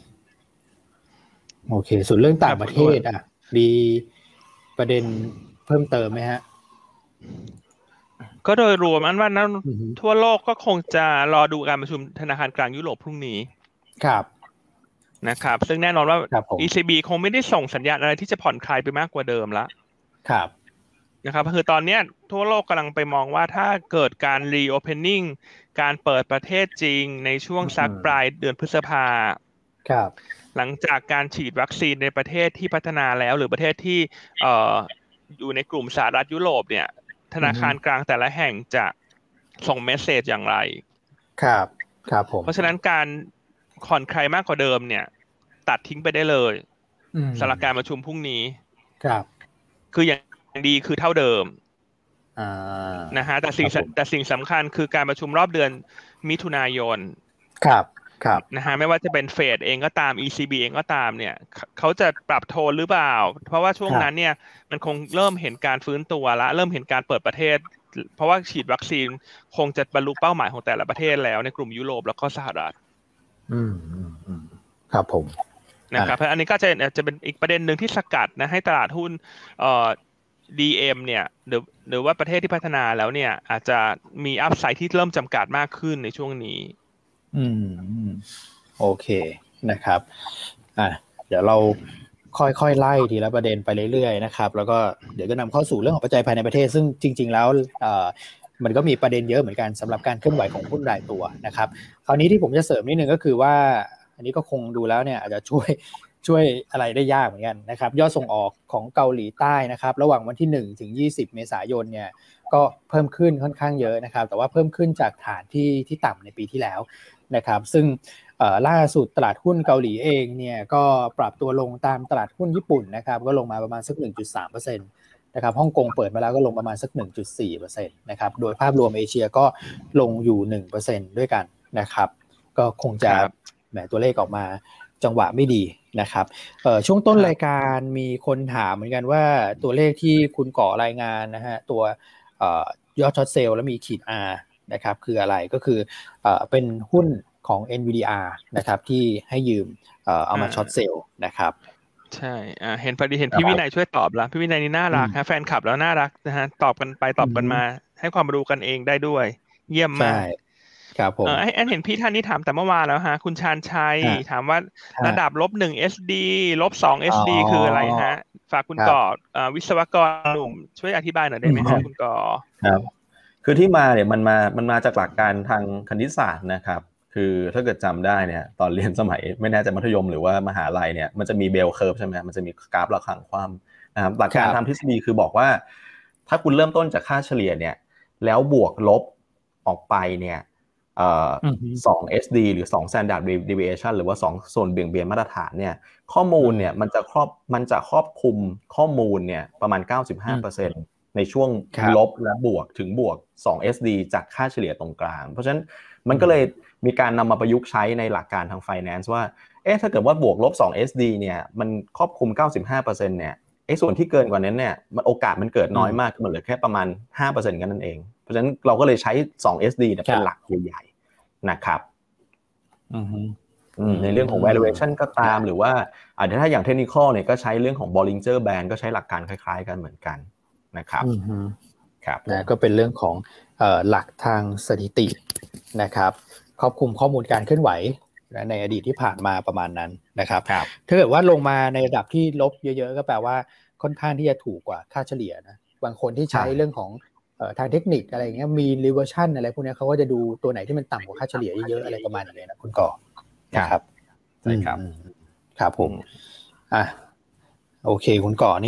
โอเคส่วนเรื่องต่างประเทศอ่ะมีประเด็นเพิ่มเติมไหมฮะก็โดยรวมอันว่านั้นทั่วโลกก็คงจะรอดูการประชุมธนาคารกลางยุโรปพรุ่งนี้ครับนะครับซึ่งแน่นอนว่า อี ซี บี คงไม่ได้ส่งสัญญาณอะไรที่จะผ่อนคลายไปมากกว่าเดิมละครับนะครับคือตอนนี้ทั่วโลกกำลังไปมองว่าถ้าเกิดการ reopening การเปิดประเทศจริงในช่วงสักปลายเดือนพฤษภาครับหลังจากการฉีดวัคซีนในประเทศที่พัฒนาแล้วหรือประเทศที่เอ่ออยู่ในกลุ่มสหรัฐยุโรปเนี่ยธนาคารกลางแต่ละแห่งจะส่งเมสเสจอย่างไรครับครับผมเพราะฉะนั้นการผ่อนคลายมากกว่าเดิมเนี่ยตัดทิ้งไปได้เลยสำหรับการประชุมพรุ่งนี้ครับคืออย่างดีคือเท่าเดิมอ่านะฮะแต่สิ่งแต่สิ่งสำคัญคือการประชุมรอบเดือนมิถุนายนครับครับนะฮะไม่ว่าจะเป็นเฟดเองก็ตาม อี ซี บี เองก็ตามเนี่ยเขาจะปรับโทนหรือเปล่าเพราะว่าช่วงนั้นเนี่ยมันคงเริ่มเห็นการฟื้นตัวละเริ่มเห็นการเปิดประเทศเพราะว่าฉีดวัคซีนคงจะบรรลุเป้าหมายของแต่ละประเทศแล้วในกลุ่มยุโรปแล้วก็สหรัฐอืมอืมครับผมนะครับเพราะอันนี้ก็จะจะเป็นอีกประเด็นหนึ่งที่สกัดนะให้ตลาดหุ้นเอ่อ ดี เอ็ม เนี่ยหรือหรือว่าประเทศที่พัฒนาแล้วเนี่ยอาจจะมีอัพไซด์ที่เริ่มจำกัดมากขึ้นในช่วงนี้อืมโอเคนะครับอ่ะเดี๋ยวเราค่อยๆไล่ทีละประเด็นไปเรื่อยๆนะครับแล้วก็เดี๋ยวจะนำเข้าสู่เรื่องของปัจจัยภายในประเทศซึ่งจริงๆแล้วเอ่อมันก็มีประเด็นเยอะเหมือนกันสำหรับการเคลื่อนไหวของหุ้นรายตัวนะครับคราวนี้ที่ผมจะเสริมนิดนึงก็คือว่าอันนี้ก็คงดูแล้วเนี่ยอาจจะช่วยช่วยอะไรได้ยากเหมือนกันนะครับยอดส่งออกของเกาหลีใต้นะครับระหว่างวันที่หนึ่งถึงยี่สิบเมษายนเนี่ยก็เพิ่มขึ้นค่อนข้างเยอะนะครับแต่ว่าเพิ่มขึ้นจากฐานที่ที่ต่ำในปีที่แล้วนะครับซึ่งล่าสุดตลาดหุ้นเกาหลีเองเนี่ยก็ปรับตัวลงตามตลาดหุ้นญี่ปุ่นนะครับก็ลงมาประมาณสัก หนึ่งจุดสามเปอร์เซ็นต์ นะครับฮ่องกงเปิดมาแล้วก็ลงประมาณสัก หนึ่งจุดสี่เปอร์เซ็นต์ นะครับโดยภาพรวมเอเชียก็ลงอยู่ หนึ่งเปอร์เซ็นต์ ด้วยกันนะครับก็คงจะแหมตัวเลขออกมาจังหวะไม่ดีนะครับเอ่อช่วงต้นรายการมีคนถามเหมือนกันว่าตัวเลขที่คุณก่อรายงานนะฮะตัวเอ่อยอดช็อตเซลล์แล้วมีขีด R นะครับคืออะไรก็คือเอ่อเป็นหุ้นของ เอ็น วี ดี อาร์ นะครับที่ให้ยืมเอ่อเอามาช็อตเซลล์นะครับใช่อ่าเห็นพอดีเห็นพี่วินัยช่วยตอบแล้วพี่วินัยนี่น่ารักฮะแฟนคลับแล้วน่ารักนะฮะตอบกันไปตอบกันมาให้ความรู้กันเองได้ด้วยเยี่ยมมากครับผมเออแอนเห็นพี่ท่านนี้ถามแต่เมื่อวานแล้วฮะคุณชาญชัยถามว่าระดับลบหนึ่ง เอส ดี ลบสอง เอส ดี คืออะไรฮะฝากคุณก่อวิศวกรหนุ่มช่วยอธิบายหน่อยได้ไหมฮะคุณก่อครับคือที่มาเนี่ยมันมามันมาจากหลักการทางคณิตศาสตร์นะครับคือถ้าเกิดจำได้เนี่ยตอนเรียนสมัยไม่แน่ใจมัธยมหรือว่ามหาลัยเนี่ยมันจะมีเบลเคอร์ฟใช่ไหมมันจะมีกราฟระฆังคว่ำนะครับหลักการทางทฤษฎีคือบอกว่าถ้าคุณเริ่มต้นจากค่าเฉลี่ยเนี่ยแล้วบวกลบออกไปเนี่ยเอ่อสอง เอส ดี หรือสอง standard deviation หรือว่าสองส่วนเบี่ยงเบนมาตรฐานเนี่ยข้อมูลเนี่ยมันจะครอบมันจะครอบคลุมข้อมูลเนี่ยประมาณ เก้าสิบห้าเปอร์เซ็นต์ ในช่วงลบและบวกถึงบวกสอง เอส ดี จากค่าเฉลี่ยตรงกลางเพราะฉะนั้นมันก็เลยมีการนำมาประยุกต์ใช้ในหลักการทาง finance ว่าเอ๊ะถ้าเกิดว่าบวกลบสอง เอส ดี เนี่ยมันครอบคลุม เก้าสิบห้าเปอร์เซ็นต์ เนี่ยไอ้ส่วนที่เกินกว่านั้นเนี่ยมันโอกาสมันเกิดน้อยมากมันเหลือแค่ประมาณ ห้าเปอร์เซ็นต์ กันนั่นเองเพราะฉะนั้นเราก็เลยใช้สอง เอส ดี เนี่ยเป็นหลักใหญ่ๆนะครับอือฮึในเรื่องของ valuation ก็ตามหรือว่าอาจจะถ้าอย่าง technical เนี่ยก็ใช้เรื่องของ Bollinger Band ก็ใช้หลักการคล้ายๆกันเหมือนกันนะครับครับนะก็เป็นเรื่องของเอ่อหลักทางสถิตินะครับครอบคลุมข้อมูลการเคลื่อนไหวในอดีตที่ผ่านมาประมาณนั้นนะครับถ้าเกิดว่าลงมาในระดับที่ลบเยอะๆก็แปลว่าค่อนข้างที่จะถูกกว่าค่าเฉลี่ยนะบางคนที่ใช้เรื่องของเอ่อทางเทคนิคอะไรอย่างเงี้ยมี reversion อะไรพวกนี้เขาก็จะดูตัวไหนที่มันต่ำกว่าค่าเฉลี่ยเยอะๆอะไรประมาณนี้นะคุณก่อครับใช่ครับครับผมอ่ะโอเคคุณก่อนี่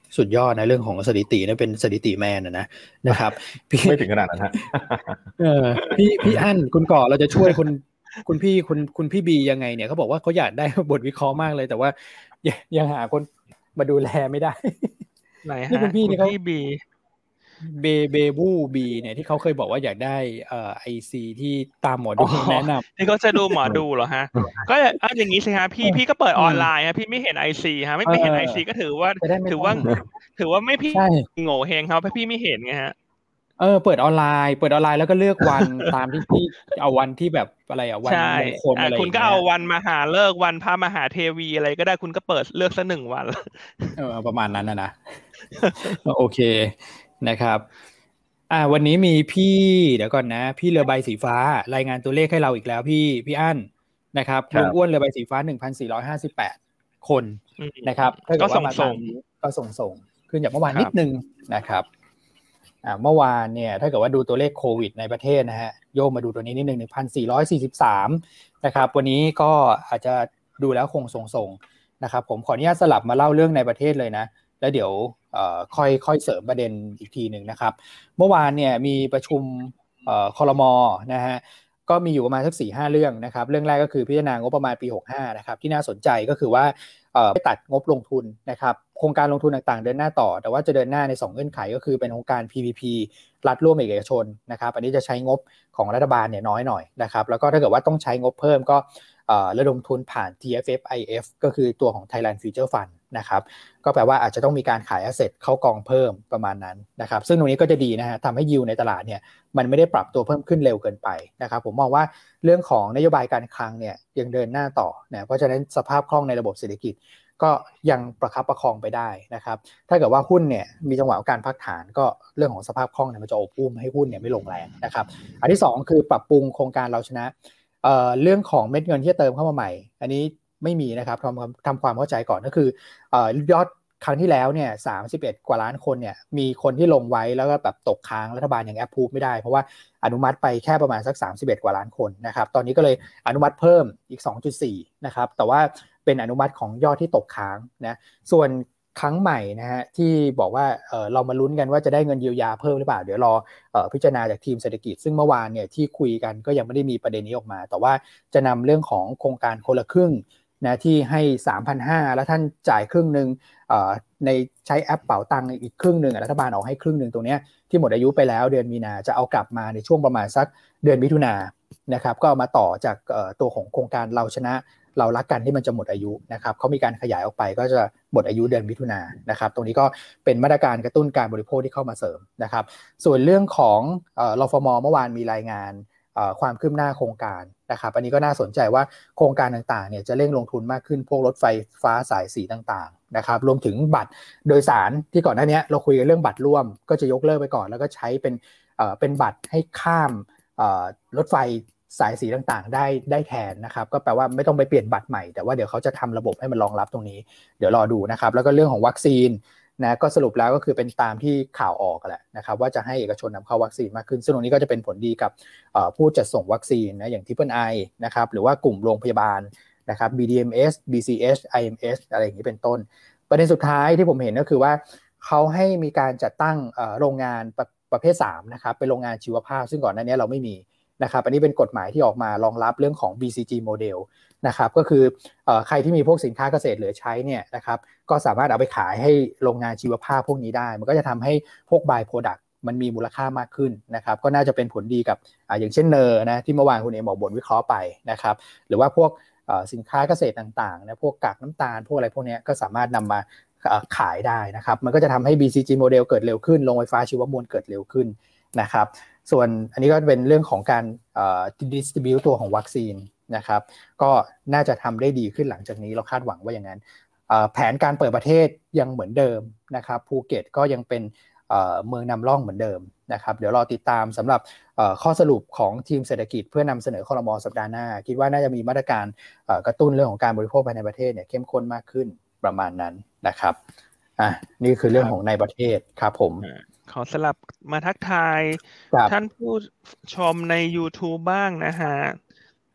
สุดยอดนะเรื่องของสถิตินะเป็นสถิติแมนนะนะครับพี่ไม่ถึงขนาดนั้นฮะเออพี่พี่อั้นคุณก่อเราจะช่วยคุณคุณพี่คุณคุณพี่บียังไงเนี่ยเขาบอกว่าเขาอยากได้บทวิเคราะห์มากเลยแต่ว่ายังหาคนมาดูแลไม่ได้ไหนฮะนี่คุณพี่นี่เขาบีเบเบบูบีเนี่ยที่เขาเคยบอกว่าอยากได้เอ่อไอซีที่ตามหมอดูแนะนำที่เขาจะดูหมอดูเหรอฮะก็อ่ะอย่างนี้สิฮะพี่พี่ก็เปิดออนไลน์ฮะพี่ไม่เห็นไอซีฮะไม่ไม่เห็นไอซีก็ถือว่าถือว่าถือว่าไม่พี่โง่เฮงเขาเพราะพี่ไม่เห็นไงฮะเออเปิดออนไลน์เปิดออนไลน์แล้วก็เลือกวันตามที่พี่เอาวันที่แบบอะไรอ่ะวันมงคลอะไรคุณก็เอาวันมหาฤกษ์วันพระมหาเทวีอะไรก็ได้คุณก็เปิดเลือกสักหนึ่งวันเออประมาณนั้นนะนะโอเคนะครับอ่าวันนี้มีพี่เดี๋ยวก่อนนะพี่เรือใบสีฟ้ารายงานตัวเลขให้เราอีกแล้วพี่พี่อั้นนะครับลุงอ้วนเรือใบสีฟ้า หนึ่งพันสี่ร้อยห้าสิบแปด คนนะครับก็ส่งส่งก็ส่งส่งขึ้นจากเมื่อวานนิดนึงนะครับอ่าเมื่อวานเนี่ยถ้าเกิดว่าดูตัวเลขโควิดในประเทศนะฮะโยกมาดูตัวนี้นิดนึง หนึ่งพันสี่ร้อยสี่สิบสาม นะครับวันนี้ก็อาจจะดูแล้วคงส่งๆนะครับผมขออนุญาตสลับมาเล่าเรื่องในประเทศเลยนะแล้วเดี๋ยวเอ่อค่อยค่อยเสริมประเด็นอีกทีหนึ่งนะครับเมื่อวานเนี่ยมีประชุมเอ่อครม.นะฮะก็มีอยู่ประมาณสัก สี่ห้า เรื่องนะครับเรื่องแรกก็คือพิจารณางบประมาณปีหกสิบห้านะครับที่น่าสนใจก็คือว่าเอ่อไม่ตัดงบลงทุนนะครับโครงการลงทุนต่างๆเดินหน้าต่อแต่ว่าจะเดินหน้าในสองเงื่อนไขก็คือเป็นโครงการ พี พี พี รัฐร่วมเอกชนนะครับอันนี้จะใช้งบของรัฐบาลเนี่ยน้อยหน่อยนะครับแล้วก็ถ้าเกิดว่าต้องใช้งบเพิ่มก็ระดมทุนผ่าน ที เอฟ เอฟ ไอ เอฟ ก็คือตัวของ Thailand Future Fund นะครับก็แปลว่าอาจจะต้องมีการขาย asset เข้ากองเพิ่มประมาณนั้นนะครับซึ่งตรงนี้ก็จะดีนะฮะทำให้ยิวในตลาดเนี่ยมันไม่ได้ปรับตัวเพิ่มขึ้นเร็วเกินไปนะครับผมมองว่าเรื่องของนโยบายการคลังเนี่ยยังเดินหน้าต่อนะเพราะฉะนั้นสภาพคล่องในระบบเศรษฐกิจก็ยังประคับประคองไปได้นะครับถ้าเกิดว่าหุ้นเนี่ยมีจังหวะการพักฐานก็เรื่องของสภาพคล่องเนี่ยมันจะอบอุ้มให้หุ้นเนี่ยไม่ลงแรงนะครับอันที่สองคือปรับปรุงโครงการเราชนะเอ่อเรื่องของเม็ดเงินที่จะเติมเข้ามาใหม่อันนี้ไม่มีนะครับทำทำความเข้าใจก่อนก็คือเอ่อยอดครั้งที่แล้วเนี่ยสามสิบเอ็ดกว่าล้านคนเนี่ยมีคนที่ลงไว้แล้วก็แบบตกค้างรัฐบาลยังแอปพูฟไม่ได้เพราะว่าอนุมัติไปแค่ประมาณสักสามสิบเอ็ดกว่าล้านคนนะครับตอนนี้ก็เลยอนุมัติเพิ่มอีก สองจุดสี่ นะครับแต่ว่าเป็นอนุมัติของยอดที่ตกค้างนะส่วนครั้งใหม่นะฮะที่บอกว่า เอ่อ เรามาลุ้นกันว่าจะได้เงินเยียวยาเพิ่มหรือเปล่าเดี๋ยวรอเอ่อพิจารณาจากทีมเศรษฐกิจซึ่งเมื่อวานเนี่ยที่คุยกันก็ยังไม่ได้มีประเด็นนี้ออกมาแต่ว่าจะนำเรื่องของโครงการคนละครึ่งนะที่ให้ สามพันห้าร้อย แล้วท่านจ่ายครึ่งนึงเอ่อในใช้แอปเป๋าตังค์อีกครึ่งนึงรัฐบาลออกให้ครึ่งนึงตรงนี้ที่หมดอายุไปแล้วเดือนมีนาจะเอากลับมาในช่วงประมาณสักเดือนมิถุนายนนะครับก็เอามาต่อจากเอ่อตัวของโครงการเราชนะเรารักกันที่มันจะหมดอายุนะครับเขามีการขยายออกไปก็จะหมดอายุเดือนมิถุนายนนะครับตรงนี้ก็เป็นมาตรการกระตุ้นการบริโภคที่เข้ามาเสริมนะครับส่วนเรื่องของเอ่อรฟม.เมื่อวานมีรายงานเอ่อความคืบหน้าโครงการนะครับอันนี้ก็น่าสนใจว่าโครงการต่างๆเนี่ยจะเร่งลงทุนมากขึ้นพวกรถไฟฟ้าสายสีต่างๆนะครับรวมถึงบัตรโดยสารที่ก่อนหน้านี้เราคุยกันเรื่องบัตรร่วมก็จะยกเลิกไปก่อนแล้วก็ใช้เป็นเอ่อเป็นบัตรให้ข้ามเอ่อรถไฟสายสีต่างๆได้ได้แทนนะครับก็แปลว่าไม่ต้องไปเปลี่ยนบัตรใหม่แต่ว่าเดี๋ยวเขาจะทำระบบให้มันรองรับตรงนี้เดี๋ยวรอดูนะครับแล้วก็เรื่องของวัคซีนนะก็สรุปแล้วก็คือเป็นตามที่ข่าวออกแหละนะครับว่าจะให้เอกชนนำเข้าวัคซีนมากขึ้นซึ่งตรงนี้ก็จะเป็นผลดีกับผู้จัดส่งวัคซีนนะอย่าง Triple I นะครับหรือว่ากลุ่มโรงพยาบาลนะครับ บี ดี เอ็ม เอส บี ซี เอช ไอ เอ็ม เอส อะไรอย่างนี้เป็นต้นประเด็นสุดท้ายที่ผมเห็นก็คือว่าเขาให้มีการจัดตั้งโรงงานประประเภทสามนะครับเป็นโรงงานชีวภาพซึ่งก่อนหน้านี้เราไม่มีนะครับอันนี้เป็นกฎหมายที่ออกมารองรับเรื่องของ บี ซี จี model นะครับก็คือเอ่อใครที่มีพวกสินค้าเกษตรเหลือใช้เนี่ยนะครับก็สามารถเอาไปขายให้โรงงานชีวภาพพวกนี้ได้มันก็จะทำให้พวก by product มันมีมูลค่ามากขึ้นนะครับก็น่าจะเป็นผลดีกับอ่าอย่างเช่นเนอร์นะที่เมื่อวานคุณเอบอกบนวิเคราะห์ไปนะครับหรือว่าพวกเอ่อสินค้าเกษตรต่างๆนะพวกกากน้ำตาลพวกอะไรพวกนี้ก็สามารถนำมาขายได้นะครับมันก็จะทำให้ บี ซี จี model เกิดเร็วขึ้นโรงไฟฟ้าชีวมวลเกิดเร็วขึ้นนะครับส่วนอันนี้ก็เป็นเรื่องของการเอ่อ distribute ตัวของวัคซีนนะครับก็น่าจะทำได้ดีขึ้นหลังจากนี้เราคาดหวังว่าอย่างนั้นแผนการเปิดประเทศยังเหมือนเดิมนะครับภูเก็ตก็ยังเป็นเมืองนำร่องเหมือนเดิมนะครับเดี๋ยวรอติดตามสำหรับข้อสรุปของทีมเศรษฐกิจเพื่อนำเสนอครม.สัปดาห์หน้าคิดว่าน่าจะมีมาตรการกระตุ้นเรื่องของการบริโภคภายในประเทศเนี่ยเข้มข้นมากขึ้นประมาณนั้นนะครับอ่ะนี่คือเรื่องของในประเทศครับผมขอสลับมาทักทายท่านผู้ชมใน YouTube บ้างนะฮะ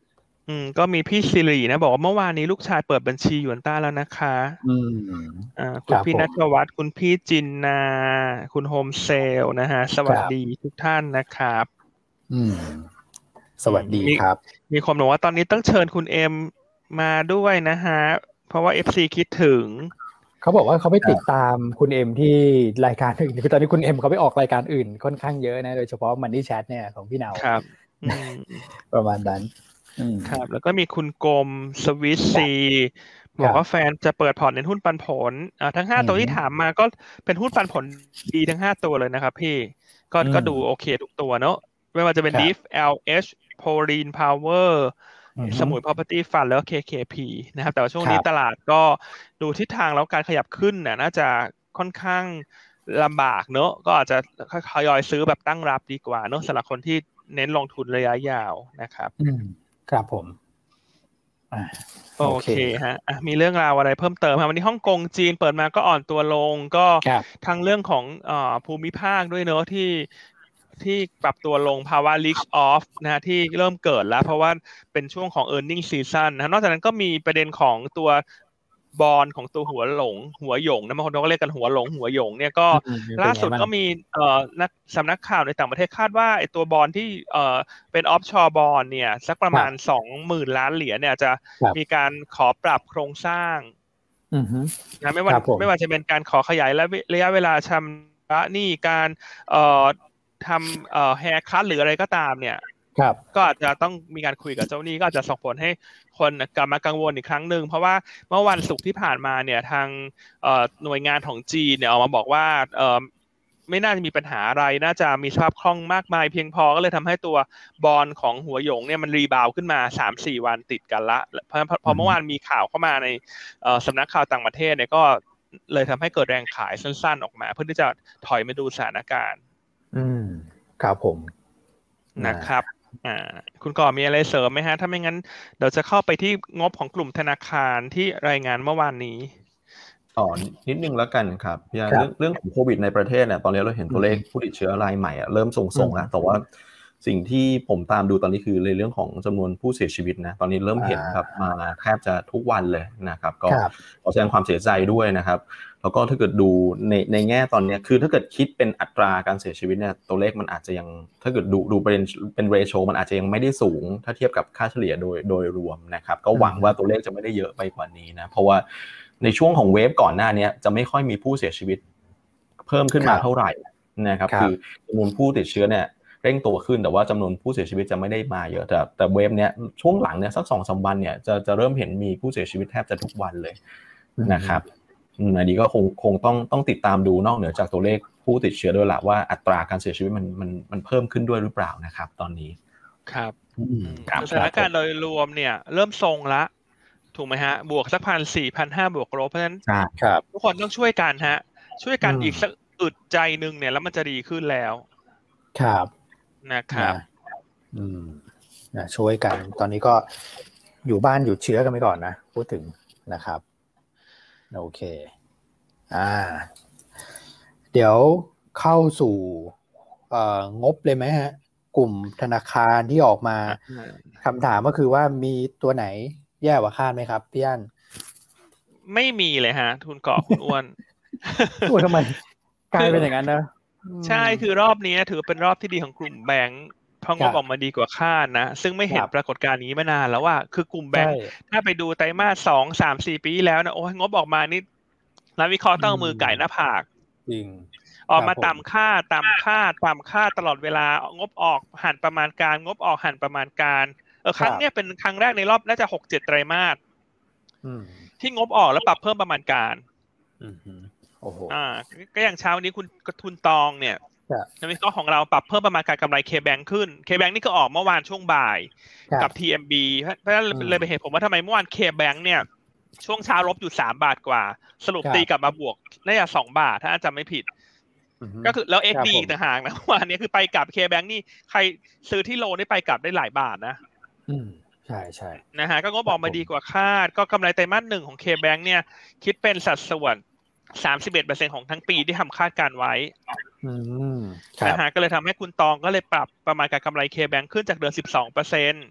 อืมก็มีพี่สิรินะบอกว่าเมื่อวานนี้ลูกชายเปิดบัญชีหยวนต้าแล้วนะคะอืมอ่าคุณครับผมพี่ณัฐวัฒน์คุณพี่จินนาคุณโฮมเซลนะฮะสวัสดีครับทุกท่านนะครับอืมสอืมวัสดีมีครับมีคนบอกว่าตอนนี้ต้องเชิญคุณเอ็มมาด้วยนะฮะเพราะว่า เอฟ ซี คิดถึงเขาบอกว่าเขาไปติดครับตามคุณเอ็มที่รายการอื่นคือตอนนี้คุณเอ็มเขาไปออกรายการอื่นค่อนข้างเยอะนะโดยเฉพาะ Money Chat เนี่ยของพี่เนาครับอืมประมาณนั้นอืมครับแล้วก็มีคุณกรมสวิสซีครับบครับอกว่าแฟนจะเปิดพอร์ตเน้นหุ้นปันผลอ่าทั้งห้าอืตัวที่ถามมมาก็เป็นหุ้นปันผลดีทั้งห้าตัวเลยนะครับพี่ก็อืมก็ดูโอเคทุกตัวเนอะไม่ว่าจะเป็นครับดี ไอ เอฟ แอล เอช Pauline Power อืสมุยม Property Fund แล้วก็ เค เค พี นะครับแต่ว่าช่วงนี้ครับตลาดก็ดูทิศทางแล้วการขยับขึ้นน่ะน่าจะค่อนข้างลำบากเนอะก็อาจจะทยอยซื้อแบบตั้งรับดีกว่าเนอะสำหรับคนที่เน้นลงทุนระยะยาวนะครับอืมครับผมอ่าโอโอเคเคฮะอ่ะมีเรื่องราวอะไรเพิ่มเติมครับวันนี้ฮ่องกงจีนเปิดมาก็อ่อนตัวลงก็ครับทั้งเรื่องของเอ่อภูมิภาคด้วยเนอะที่ที่ปรับตัวลงภาวะ risk off นะฮะที่เริ่มเกิดแล้วเพราะว่าเป็นช่วงของ earning season นะนอกจากนั้นก็มีประเด็นของตัวบอนของตัวหัวหลงหัวหยงนะบางคนเขาก็เรียกกันหัวหลงหัวหยงเนี่ยก็อืมเป็ล่านไงบ้างสุดก็มีเอ่อนักสำนักข่าวในต่างประเทศคาดว่าไอ้ตัวบอนที่เอ่อเป็น offshore bond เนี่ยสักประมาณครับสองหมื่นล้านเหรียญเนี่ยจะ มีครับการขอปรับโครงสร้างอืมฮึนะไม่ว่าครับผมไม่ว่าจะเป็นการขอขยายระระยะเวลาชำระหนี้การเอ่อทำเอ่อแฮร์คัทหรืออะไรก็ตามเนี่ยครับก็อาจจะต้องมีการคุยกับเจ้าหนี้ก็อาจจะส่งผลให้คนกลับมากังวลอีกครั้งหนึ่งเพราะว่าเมื่อวันศุกร์ที่ผ่านมาเนี่ยทางเอ่อหน่วยงานของจีนเนี่ยออกมาบอกว่าเอ่อไม่น่าจะมีปัญหาอะไรน่าจะมีสภาพคล่องมากมายเพียงพอก็เลยทำให้ตัวบอลของหัวหยงเนี่ยมันรีบาวขึ้นมา สามสี่ วันติดกันละเพราะพอืมอเมื่อวานมีข่าวเข้ามาในเอ่อสำนักข่าวต่างประเทศเนี่ยก็เลยทำให้เกิดแรงขายสั้นๆออกมาเพื่อที่จะถอยมาดูสถานการณ์อืมครับผมนะนะครับอ่าคุณก่อมีอะไรเสริมไหมฮะ ถ้าไม่งั้นเดี๋ยวจะเข้าไปที่งบของกลุ่มธนาคารที่รายงานเมื่อวานนี้ต่อนิดนึงแล้วกันครับพี่อาร์ครับเรื่องเรื่องของโควิดในประเทศเนี่ยตอนนี้เราเห็นอืตัวเลขมผู้ติดเชื้อรายใหม่อะเริ่มทอืรงๆแล้วแต่มว่าสิ่งที่ผมตามดูตอนนี้คือในเรื่องของจำนวนผู้เสียชีวิตนะตอนนี้เริ่มอ่เห็นแบบามาแทบจะทุกวันเลยนะครับก็ครับขอแสดงความเสียใจด้วยนะครับแล้วก็ถ้าเกิดดูในในแง่ตอนนี้คือถ้าเกิดคิดเป็นอัตราการเสียชีวิตเนี่ยตัวเลขมันอาจจะยังถ้าเกิดดูดูเป็นเป็นเรโชมันอาจจะยังไม่ได้สูงถ้าเทียบกับค่าเฉลี่ยโดยโดยรวมนะครับก็หวังว่าตัวเลขจะไม่ได้เยอะไปกว่านี้นะเพราะว่าในช่วงของเวฟก่อนหน้านี้จะไม่ค่อยมีผู้เสียชีวิตเพิ่มขึ้นครับมาเท่าไหร่นะครับคือครับจำนวนผู้ติดเชื้อเนี่ยเร่งตัวขึ้นแต่ว่าจำนวนผู้เสียชีวิตจะไม่ได้มาเยอะแต่แต่เวฟเนี้ยช่วงหลังเนี่ยสัก สองถึงสาม วันเนี่ยจะจะเริ่มเห็นมีผู้เสียชีวิตแทบจะทุกวันเลยนะครับอืมอันนี้ก็คงคงต้องต้องติดตามดูนอกเหนือจากตัวเลขผู้ติดเชื้อด้วยละว่าอัตราการเสียชีวิตมันมันมันเพิ่มขึ้นด้วยหรือเปล่านะครับตอนนี้ครับอืมคสถานการณ์โดรับยรวมเนี่ยเริ่มทรงละถูกไหมฮะบวกสักพันสี่พันห้าบวกลบเพราะฉะนั้นใช่ครับทุกคนต้องช่วยกันฮะช่วยอืมกันอีกสักอึดใจหนึ่งเนี่ยแล้วมันจะดีขึ้นแล้วครับนะครับนะอืมนะช่วยกันตอนนี้ก็อยู่บ้านหยุดเชื้อกันไปก่อนนะพูดถึงนะครับโอเคอ่าเดี๋ยวเข้าสู่เอ่องบเลยไหมฮะกลุ่มธนาคารที่ออกมาคำถามก็คือว่ามีตัวไหนแย่กว่าคาดไหมครับพี่อั้นไม่มีเลยฮะทุนเกาะคุณอ้วนโอ้ทำไมกลาคือยเป็นอย่างนั้นนะใช่คือรอบนี้ถือเป็นรอบที่ดีของกลุ่มแบงก์เพราะงบออกมาดีกว่าคาดนะซึ่งไม่เห็นปรากฏการณ์นี้มานานแล้วว่าคือกลุ่มแบงใช่ก์ถ้าไปดูไตรมาสสองสามสี่ปีแล้วนะโอ้ยงบออกมานี่นักวิเคราะห์ต้องมือไก่หน้าผากจริงออกมาต่ำค่าต่ำค่าต่ำค่าตลอดเวลางบออกหันประมาณการงบออกหันประมาณการเออครั้งเนี้ยเป็นครั้งแรกในรอบน่าจะหกเจ็ดไตรมาสที่งบออกแล้วปรับเพิ่มประมาณการโอ้โหอ่าก็อย่างเช้านี้คุณทุนตองเนี่ยนักวิเคราะห์ของเราปรับเพิ่มประมาณการกำไร K-Bank ขึ้น K-Bank นี่ก็ออกเมื่อวานช่วงบ่ายกับ ที เอ็ม บี เพราะฉะนั้นเลยเป็นเหตุผลว่าทำไมเมื่อวาน K-Bank เนี่ยช่วงเช้าลบอยู่สามบาทกว่าสรุปตีกลับมาบวกน่าจะสองบาทถ้าจำไม่ผิดก็คือแล้ว เอ็กซ์ ดี อีกต่างหากนะเมื่อวานนี้คือไปกลับ K-Bank นี่ใครซื้อที่โลนี่ไปกลับได้หลายบาทนะอืมใช่ใช่นะฮะก็งบออกมาดีกว่าคาดก็กำไรไตรมาสหนึ่งของ K-Bank เนี่ยคิดเป็นสัดส่วนสามสิบเอ็ดเปอร์เซ็นต์ของทั้งปีที่ทำคาดการไว้นะฮะก็เลยทำให้คุณตองก็เลยปรับประมาณการกำไร K-Bank ขึ้นจากเดิม สิบสองเปอร์เซ็นต์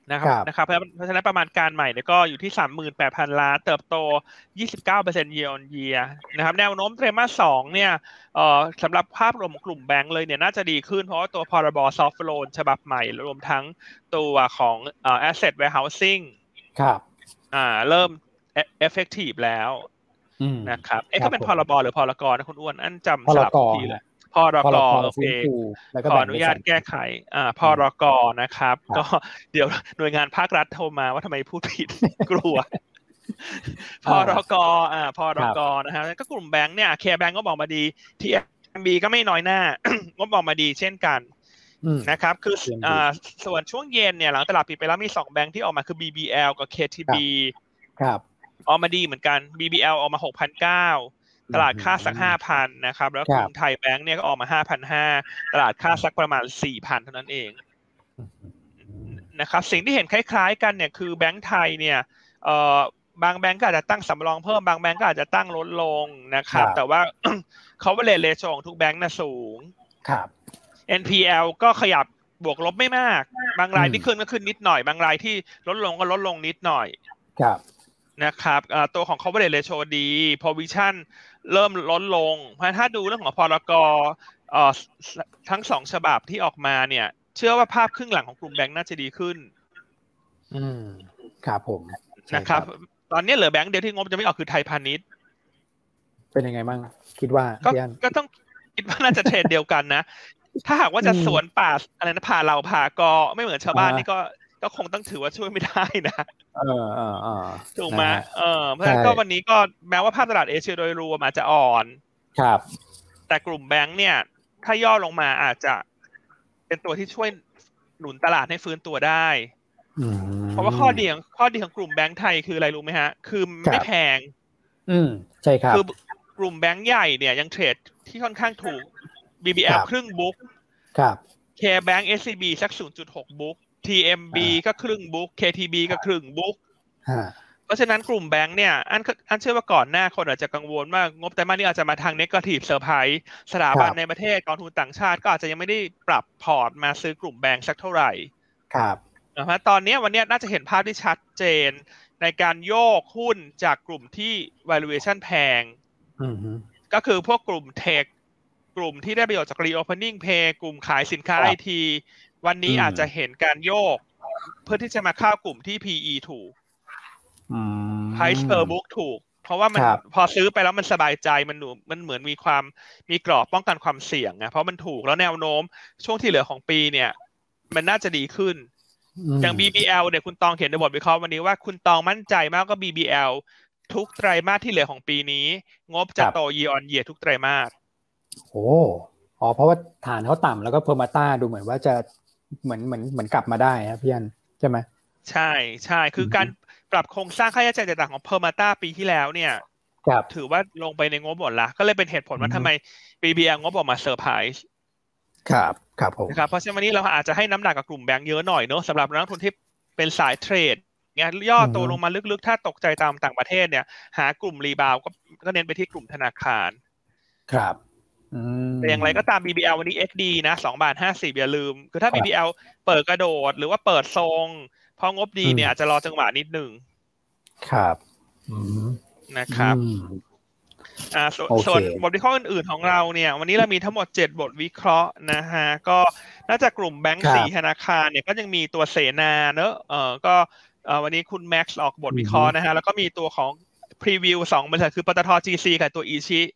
นะครับนะครับเพราะฉะนั้นประมาณการใหม่เนี่ยก็อยู่ที่ สามหมื่นแปดพัน ล้านเติบโต ยี่สิบเก้าเปอร์เซ็นต์ year on year นะครับแนวโน้มไตรมาสสองเนี่ยเอ่อสำหรับภาพรวมของกลุ่มแบงก์เลยเนี่ยน่าจะดีขึ้นเพราะว่าตัวพรบ soft loan ฉบับใหม่รวมทั้งตัวของเอ่อ asset warehousing ครับอ่าเริ่ม effective แล้วนะครับเอ๊ะก็เป็นพรบหรือพรกนะคุณอ้วนอันจำสลับทีเลยพรกโอเคขออนุญาตแก้ไขอ่าพรกนะครับก็เดี๋ยวหน่วยงานภาครัฐโทรมาว่าทำไมพูดผิดกลัวพรกอ่าพรกนะฮะก็กลุ่มแบงค์เนี่ยเคแบงก์ก็บอกมาดี ที เอ็ม บี ก็ไม่น้อยหน้างบบอกมาดีเช่นกันนะครับคืออ่าส่วนช่วงเย็นเนี่ยหลังตลาดปิดไปแล้วมีสองแบงค์ที่ออกมาคือ บี บี แอล กับ เค ที บีครับออกมาดีเหมือนกัน บี บี แอล ออกมา หกพันเก้าร้อย ตลาดค่าสัก ห้าพัน นะครับแล้วกรุงไทยแบงค์เนี่ยก็ออกมา ห้าพันห้าร้อย ตลาดค่าสักประมาณ สี่พัน เท่านั้นเองนะครับสิ่งที่เห็นคล้ายๆกันเนี่ยคือแบงค์ไทยเนี่ยเอ่อบางแบงค์ก็อาจจะตั้งสำรองเพิ่มบางแบงค์ก็อาจจะตั้งลดลงนะครับแต่ว่า coverage ratio ของทุกแบงค์น่ะสูงครับเอ็น พี แอล ก็ขยับบวกลบไม่มากบางรายที่ขึ้นก็ขึ้นนิดหน่อยบางรายที่ลดลงก็ลดลงนิดหน่อยครับนะครับตัวของ coverage ratio ดี provision เริ่มลดลงเพราะถ้าดูเรื่องของพรกเอ่อทั้งสองฉบับที่ออกมาเนี่ยเชื่อว่าภาพครึ่งหลังของกลุ่มแบงค์น่าจะดีขึ้นอืมครับผมนะครับตอนนี้เหลือแบงค์เดียวที่งบจะไม่ออกคือไทยพาณิชย์เป็นยังไงบ้างคิดว่าก็ก็ต้องคิดว่าน่าจะเทรนเดียวกันนะถ้าหากว่าจะสวนป่าอะไรนะผ่าเราผ่ากอไม่เหมือนชาวบ้านนี่ก็ก็คงต้องถือว่าช่วยไม่ได้นะเออเออเออถูกไหมเออเพราะฉะนั้นก็วันนี้ก็แม้ว่าภาพตลาดเอเชียโดยรวมอาจจะอ่อนครับแต่กลุ่มแบงค์เนี่ยถ้าย่อลงมาอาจจะเป็นตัวที่ช่วยหนุนตลาดให้ฟื้นตัวได้เพราะว่าข้อดีของข้อดีของกลุ่มแบงค์ไทยคืออะไรรู้ไหมฮะคือไม่แพงอืมใช่ครับคือกลุ่มแบงค์ใหญ่เนี่ยยังเทรดที่ค่อนข้างถูก บี บี แอล ครึ่งบุ๊กครับ K-Bank เอส ซี บี สัก ศูนย์จุดหก บุ๊ก ที เอ็ม บี ก็ครึ่งบุ๊ก เค ที บี ก็ครึ่งบุ๊กเพราะฉะนั้นกลุ่มแบงค์เนี่ยอันอันเชื่อว่าก่อนหน้าคนอาจจะกังวลว่างบไตรมาสนี้อาจจะมาทาง negative surprise สถาบันในประเทศกองทุนต่างชาติก็อาจจะยังไม่ได้ปรับพอร์ตมาซื้อกลุ่มแบงค์สักเท่าไหร่ครับนะฮะตอนนี้วันนี้น่าจะเห็นภาพที่ชัดเจนในการโยกหุ้นจากกลุ่มที่ valuation แพงก็คือพวกกลุ่มเทคกลุ่มที่ได้ประโยชน์จาก reopening pay กลุ่มขายสินค้า ไอ ที วันนี้อาจจะเห็นการโยกเพื่อที่จะมาเข้ากลุ่มที่ พี อี ถูก price per book ถูกเพราะว่ามันพอซื้อไปแล้วมันสบายใจมันมันเหมือนมีความมีกรอบป้องกันความเสี่ยงไงเพราะมันถูกแล้วแนวโน้มช่วงที่เหลือของปีเนี่ยมันน่าจะดีขึ้นอย่าง บี บี แอล เนี่ยคุณตองเขียนในบทวิเคราะห์วันนี้ว่าคุณตองมั่นใจมากก็ บี บี แอล ทุกไตรมาสที่เหลือของปีนี้งบจะโต year on year ทุกไตรมาสโอ้อ๋อเพราะว่าฐานเขาต่ำแล้วก็เพอร์มาต้าดูเหมือนว่าจะเหมือนเหมือนเหมือนกลับมาได้ครับพี่อันใช่ไหมใช่ใช่คือการปรับโครงสร้างค่าใช้จ่ายต่างๆของเพอร์มาต้าปีที่แล้วเนี่ยถือว่าลงไปในงบหมดละก็เลยเป็นเหตุผลว่าทำไม บี บี แอล งบออกมาเซอร์ไพรส์ครับครับผมนะครับเพราะฉะนั้นวันนี้เราอาจจะให้น้ำหนักกับกลุ่มแบงก์เยอะหน่อยเนอะสำหรับนักลงทุนที่เป็นสายเทรดเนี่ยย่อตัวลงมาลึกๆถ้าตกใจตามต่างประเทศเนี่ยหากลุ่มรีบาวก็ก็เน้นไปที่กลุ่มธนาคารครับแต่อย่างไรก็ตาม บี บี แอล วันนี้ เอ็ก ดี นะสองบาทห้าสิบอย่าลืมคือถ้า บี บี แอล เปิดกระโดดหรือว่าเปิดทรงพองบดีเนี่ยอาจจะรอจังหวะนิดนึงครับนะครับอ่าส่วนบทวิเคราะห์อื่นๆของเราเนี่ยวันนี้เรามีทั้งหมดเจ็ดบทวิเคราะห์นะฮะก็น่าจะกลุ่มแบงก์สี่ธนาคารเนี่ยก็ยังมีตัวเสนาเนอะเออก็เอ่อวันนี้คุณแม็กซ์ออกบทวิเคราะห์นะฮะแล้วก็มีตัวของพรีวิวสองบริษัทคือปตท จี ซี กับตัวอีชิ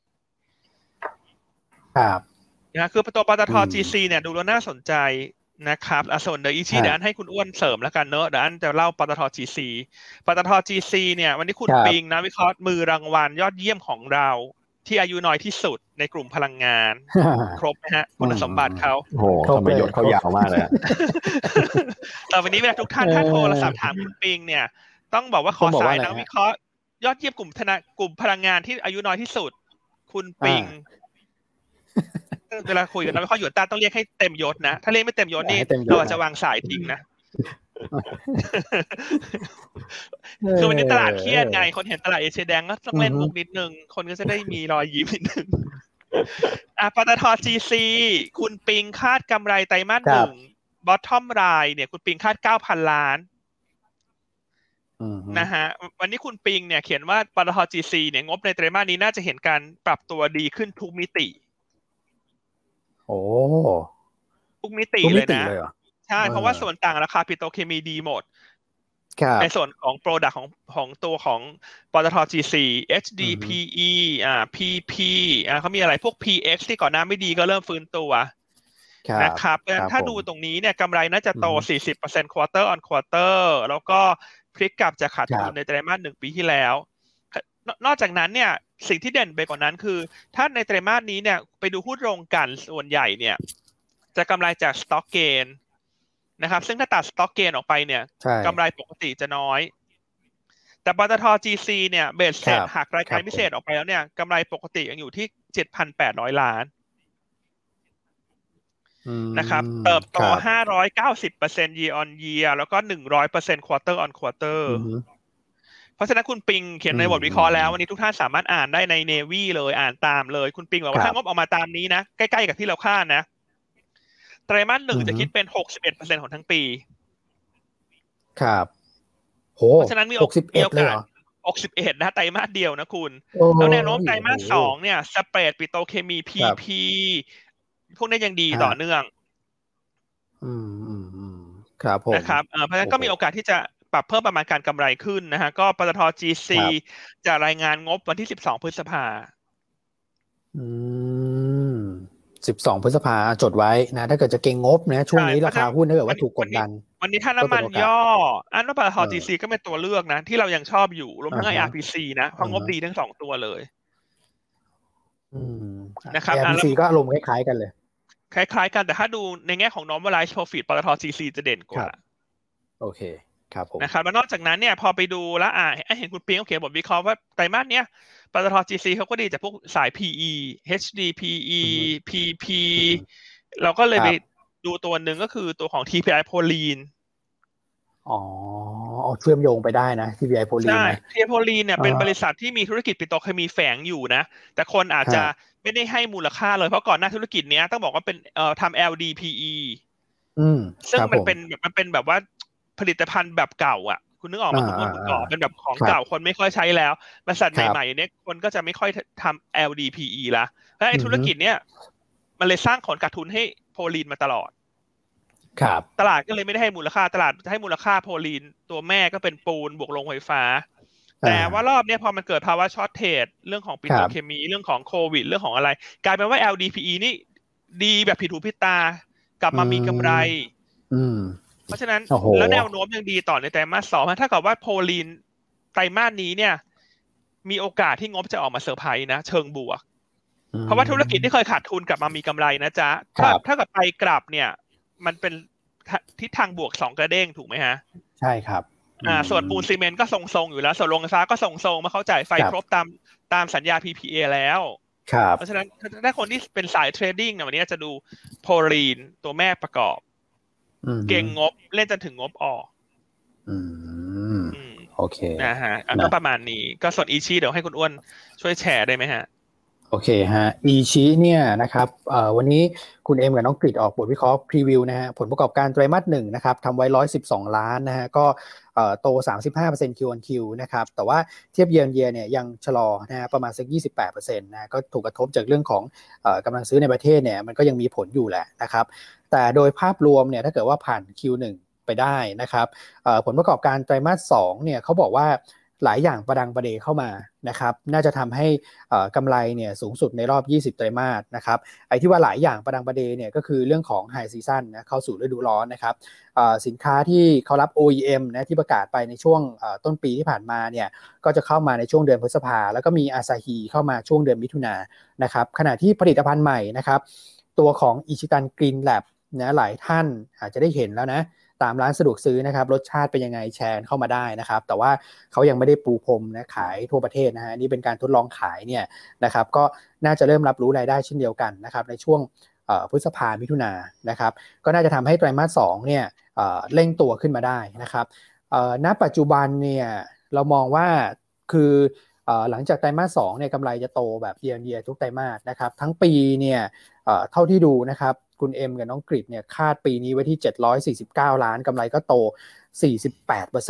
ครับนะคือตัวปตท จี ซี เนี่ยดูแล้วน่าสนใจนะครับอ่ะส่วนเดี๋ยวอีชีเดี๋ยวอันให้คุณอ้วนเสริมแล้วกันเนอะเดี๋ยวอันจะเล่าปตท จี ซี ปตท จี ซี เนี่ยวันนี้คุณปิงนะวิเคราะห์มือรางวัลยอดเยี่ยมของเราที่อายุน้อยที่สุดในกลุ่มพลังงานครบนะฮะคุณสมบัติเขาโอ้โหทำไมยศเขายาวมากเลยแต่วันนี้เวลาทุกท่านถ้าโทรศัพท์ถามคุณปิงเนี่ยต้องบอกว่าขอสายนักวิเคราะห์ยอดเยี่ยมกลุ่มธนากลุ่มพลังงานที่อายุน้อยที่สุดคุณปิงเวลาคุยกันนักวิเคราะห์หยวนต้าต้องเรียกให้เต็มยศนะถ้าเรียกไม่เต็มยศนี่เราอาจจะวางสายทิ้งนะคือวันนี้ตลาดเครียดไงคนเห็นตลาดเอเชียแดงก็ต้องเล่นมุกนิดนึงคนก็จะได้มีรอยยิ้มนิดนึงอ่ะปตท จี ซี คุณปิงคาดกำไรไตรมาสหนึ่งบอททอมไลน์เนี่ยคุณปิงคาด เก้าพัน ล้านนะฮะวันนี้คุณปิงเนี่ยเขียนว่าปตท จี ซี เนี่ยงบในไตรมาสนี้น่าจะเห็นการปรับตัวดีขึ้นทุกมิติโอ้ทุกมิติเลยนะใช่เพราะว่าส่วนต่างราคาปิโตรเคมีดีหมดในส่วนของ product ของของตัวของปตท จี ซี เอช ดี พี อี อ่า พี พี อ่าเขามีอะไรพวก พี เอ็กซ์ ที่ก่อนหน้าไม่ดีก็เริ่มฟื้นตัวนะครับถ้าดูตรงนี้เนี่ยกำไรน่าจะโต สี่สิบเปอร์เซ็นต์ quarter on quarter แล้วก็พลิกกลับจากขาดทุนในไตรมาสหนึ่งปีที่แล้วนอกจากนั้นเนี่ยสิ่งที่เด่นไปกว่านั้นคือถ้าในไตรมาสนี้เนี่ยไปดูหุ้นโรงกลั่นส่วนใหญ่เนี่ยจะกำไรจาก stock gain นะครับซึ่งถ้าตัด stock gain ออกไปเนี่ยกำไรปกติจะน้อยแต่ปตท จี ซี เนี่ยเบสเสร็จหักรายการพิเศษออกไปแล้วเนี่ยกำไรปกติยังอยู่ที่ เจ็ดพันแปดร้อย ล้านนะครับเติบโต ห้าร้อยเก้าสิบเปอร์เซ็นต์ year on year แล้วก็ หนึ่งร้อยเปอร์เซ็นต์ quarter on quarter เพราะฉะนั้นคุณปิงเขียนในบทวิเคราะห์แล้ววันนี้ทุกท่านสามารถอ่านได้ใน Navy เลยอ่านตามเลยคุณปิงบอกว่าถ้างบออกมาตามนี้นะใกล้ๆกับที่เราคาดนะไตรมาสหนึ่งจะคิดเป็น หกสิบเอ็ดเปอร์เซ็นต์ ของทั้งปีครับโหเพราะฉะนั้นมีโอกาสหกสิบเอ็ดนะไตรมาสเดียวนะคุณแล้วแนวโน้มไตรมาสสองเนี่ยสเปรดปิโตรเคมี พี พี พวกนี้ยังดีต่อเนื่องอืมอืมอืมครับผมนะครับเอ่อเพราะฉะนั้นก็มีโอกาสที่จะปรับเพิ่มประมาณการกำไรขึ้นนะฮะก็ปตท จี ซี จะรายงานงบวันที่สิบสองพฤษภาอืมสิบสองพฤษภาจดไว้นะถ้าเกิดจะเก็งงบนะช่วงนี้ราคาหุ้นถ้าเกิดว่าถูกกดดันวันนี้ถ้าน้ำมันย่ออันว่าปตท จี ซี ก็เป็นตัวเลือกนะที่เรายังชอบอยู่รวมทั้ง ไอ อาร์ พี ซี นะเพราะงบดีทั้งสองตัวเลยอืมนะครับไอ อาร์ พี ซี ก็อารมณ์คล้ายๆกันเลยคล้ายๆกันแต่ถ้าดูในแง่ของ normalized profit ปตท จี ซี จะเด่นกว่าโอเคครับผมนะครับแล้วนอกจากนั้นเนี่ยพอไปดูแล้วอ่าเห็นคุณปิงเขาเขียนบทวิเคราะห์ว่าไตรมาสเนี้ยปตท จี ซี เขาก็ดีจากพวกสาย พี อี เอช ดี พี อี พี พี เราก็เลยไปดูตัวหนึ่งก็คือตัวของ ที พี ไอ Poline อ๋อเอาเชื่อมโยงไปได้นะ ที พี ไอ Poline ใช่ ที พี ไอ Poline เนี่ยเป็นบริษัทที่มีธุรกิจปิโตรเคมีแฝงอยู่นะแต่คนอาจจะไม่ได้ให้มูลค่าเลยเพราะก่อนหน้าธุรกิจเนี้ยต้องบอกว่าเป็นเอ่อทำ แอล ดี พี อีอืมซึ่งมันเป็นมันเป็นแบบว่าผลิตภัณฑ์แบบเก่าอ่ะคุณนึกออกมาคุณอ้วนคุณก่อเป็นแบบของเก่าคนไม่ค่อยใช้แล้วบริษัทใหม่ๆเนี่ยคนก็จะไม่ค่อยทำ แอล ดี พี อี ละเพราะไอ้ธุรกิจเนี้ยมันเลยสร้างผลขาดทุนให้โพลีนมาตลอดครับตลาดก็เลยไม่ได้ให้มูลค่าตลาดให้มูลค่าโพลีนตัวแม่ก็เป็นปูนบวกโรงไฟฟ้าแต่ว่ารอบนี้พอมันเกิดภาวะช็อตเทรดเรื่องของปิโตรเคมีเรื่องของโควิดเรื่องของอะไรกลายเป็นว่า แอล ดี พี อี นี่ดีแบบผิดหูผิดตากลับมามีกำไรเพราะฉะนั้นแล้วแนวโน้มยังดีต่อในไตรมาสสองถ้าเกิดว่าโพลีนไตรมาสนี้เนี่ยมีโอกาสที่งบจะออกมาเซอร์ไพรส์นะเชิงบวกเพราะว่าธุรกิจที่เคยขาดทุนกลับมามีกำไรนะจ๊ะถ้าถ้าเกิดไปกลับเนี่ยมันเป็นทิศทางบวกสองกระเด้งถูกไหมฮะใช่ครับอ่าส่วนปูนซีเมนต์ก็ทรงๆอยู่แล้วส่วนโรงไฟฟ้าก็ทรงๆมาเข้าจ่ายไฟครบตามตามสัญญา พี พี เอ แล้วเพราะฉะนั้นถ้าคนที่เป็นสายเทรดดิ้งเนี่ยวันนี้จะดูโพลีนตัวแม่ประกอบเก่งงบเล่นจนถึงงบออกอืมโอเคนะฮะก็ประมาณนี้ก็ส่วนอีชีเดี๋ยวให้คุณอ้วนช่วยแชร์ได้ไหมฮะโอเคฮะอีชีเนี่ยนะครับวันนี้คุณเอ็มกับน้องกฤษออกบทวิเคราะห์พรีวิวนะฮะผลประกอบการไตรมาสหนึ่งนะครับทำไว้หนึ่งร้อยสิบสองล้านนะฮะก็โต สามสิบห้าเปอร์เซ็นต์ Q on Q นะครับแต่ว่าเทียบ year on year เนี่ยยังชะลอนะฮะประมาณสัก ยี่สิบแปดเปอร์เซ็นต์ นะก็ถูกกระทบจากเรื่องของกำลังซื้อในประเทศเนี่ยมันก็ยังมีผลอยู่แหละนะครับแต่โดยภาพรวมเนี่ยถ้าเกิดว่าผ่าน คิว หนึ่ง ไปได้นะครับผลประกอบการไตรมาสสองเนี่ยเขาบอกว่าหลายอย่างประดังประเดเข้ามานะครับน่าจะทำให้กำไรเนี่ยสูงสุดในรอบยี่สิบไตรมาสนะครับไอ้ที่ว่าหลายอย่างประดังประเดเนี่ยก็คือเรื่องของไฮซีซั่นนะเข้าสู่ฤดูร้อนนะครับสินค้าที่เขารับ โอ อี เอ็ม นะที่ประกาศไปในช่วงต้นปีที่ผ่านมาเนี่ยก็จะเข้ามาในช่วงเดือนพฤษภาแล้วก็มีอาซาฮีเข้ามาช่วงเดือนมิถุนายนนะครับขณะที่ผลิตภัณฑ์ใหม่นะครับตัวของอิชิตันกรีนแลบนะหลายท่านอาจจะได้เห็นแล้วนะตามร้านสะดวกซื้อนะครับรสชาติเป็นยังไงแชร์เข้ามาได้นะครับแต่ว่าเขายังไม่ได้ปูพรมนะขายทั่วประเทศนะฮะนี่เป็นการทดลองขายเนี่ยนะครับก็น่าจะเริ่มรับรู้รายได้เช่นเดียวกันนะครับในช่วงพฤษภามิถุนายนนะครับก็น่าจะทำให้ไตรมาสสองเนี่ยเร่งตัวขึ้นมาได้นะครับณปัจจุบันเนี่ยเรามองว่าคือหลังจากไตรมาสสองเนี่ยกำไรจะโตแบบเยียร์เยียร์ทุกไตรมาสนะครับทั้งปีเนี่ยเท่าที่ดูนะครับคุณเอ็มกับน้องกฤษเนี่ยคาดปีนี้ไว้ที่เจ็ดร้อยสี่สิบเก้าล้านกำไรก็โต สี่สิบแปดเปอร์เซ็นต์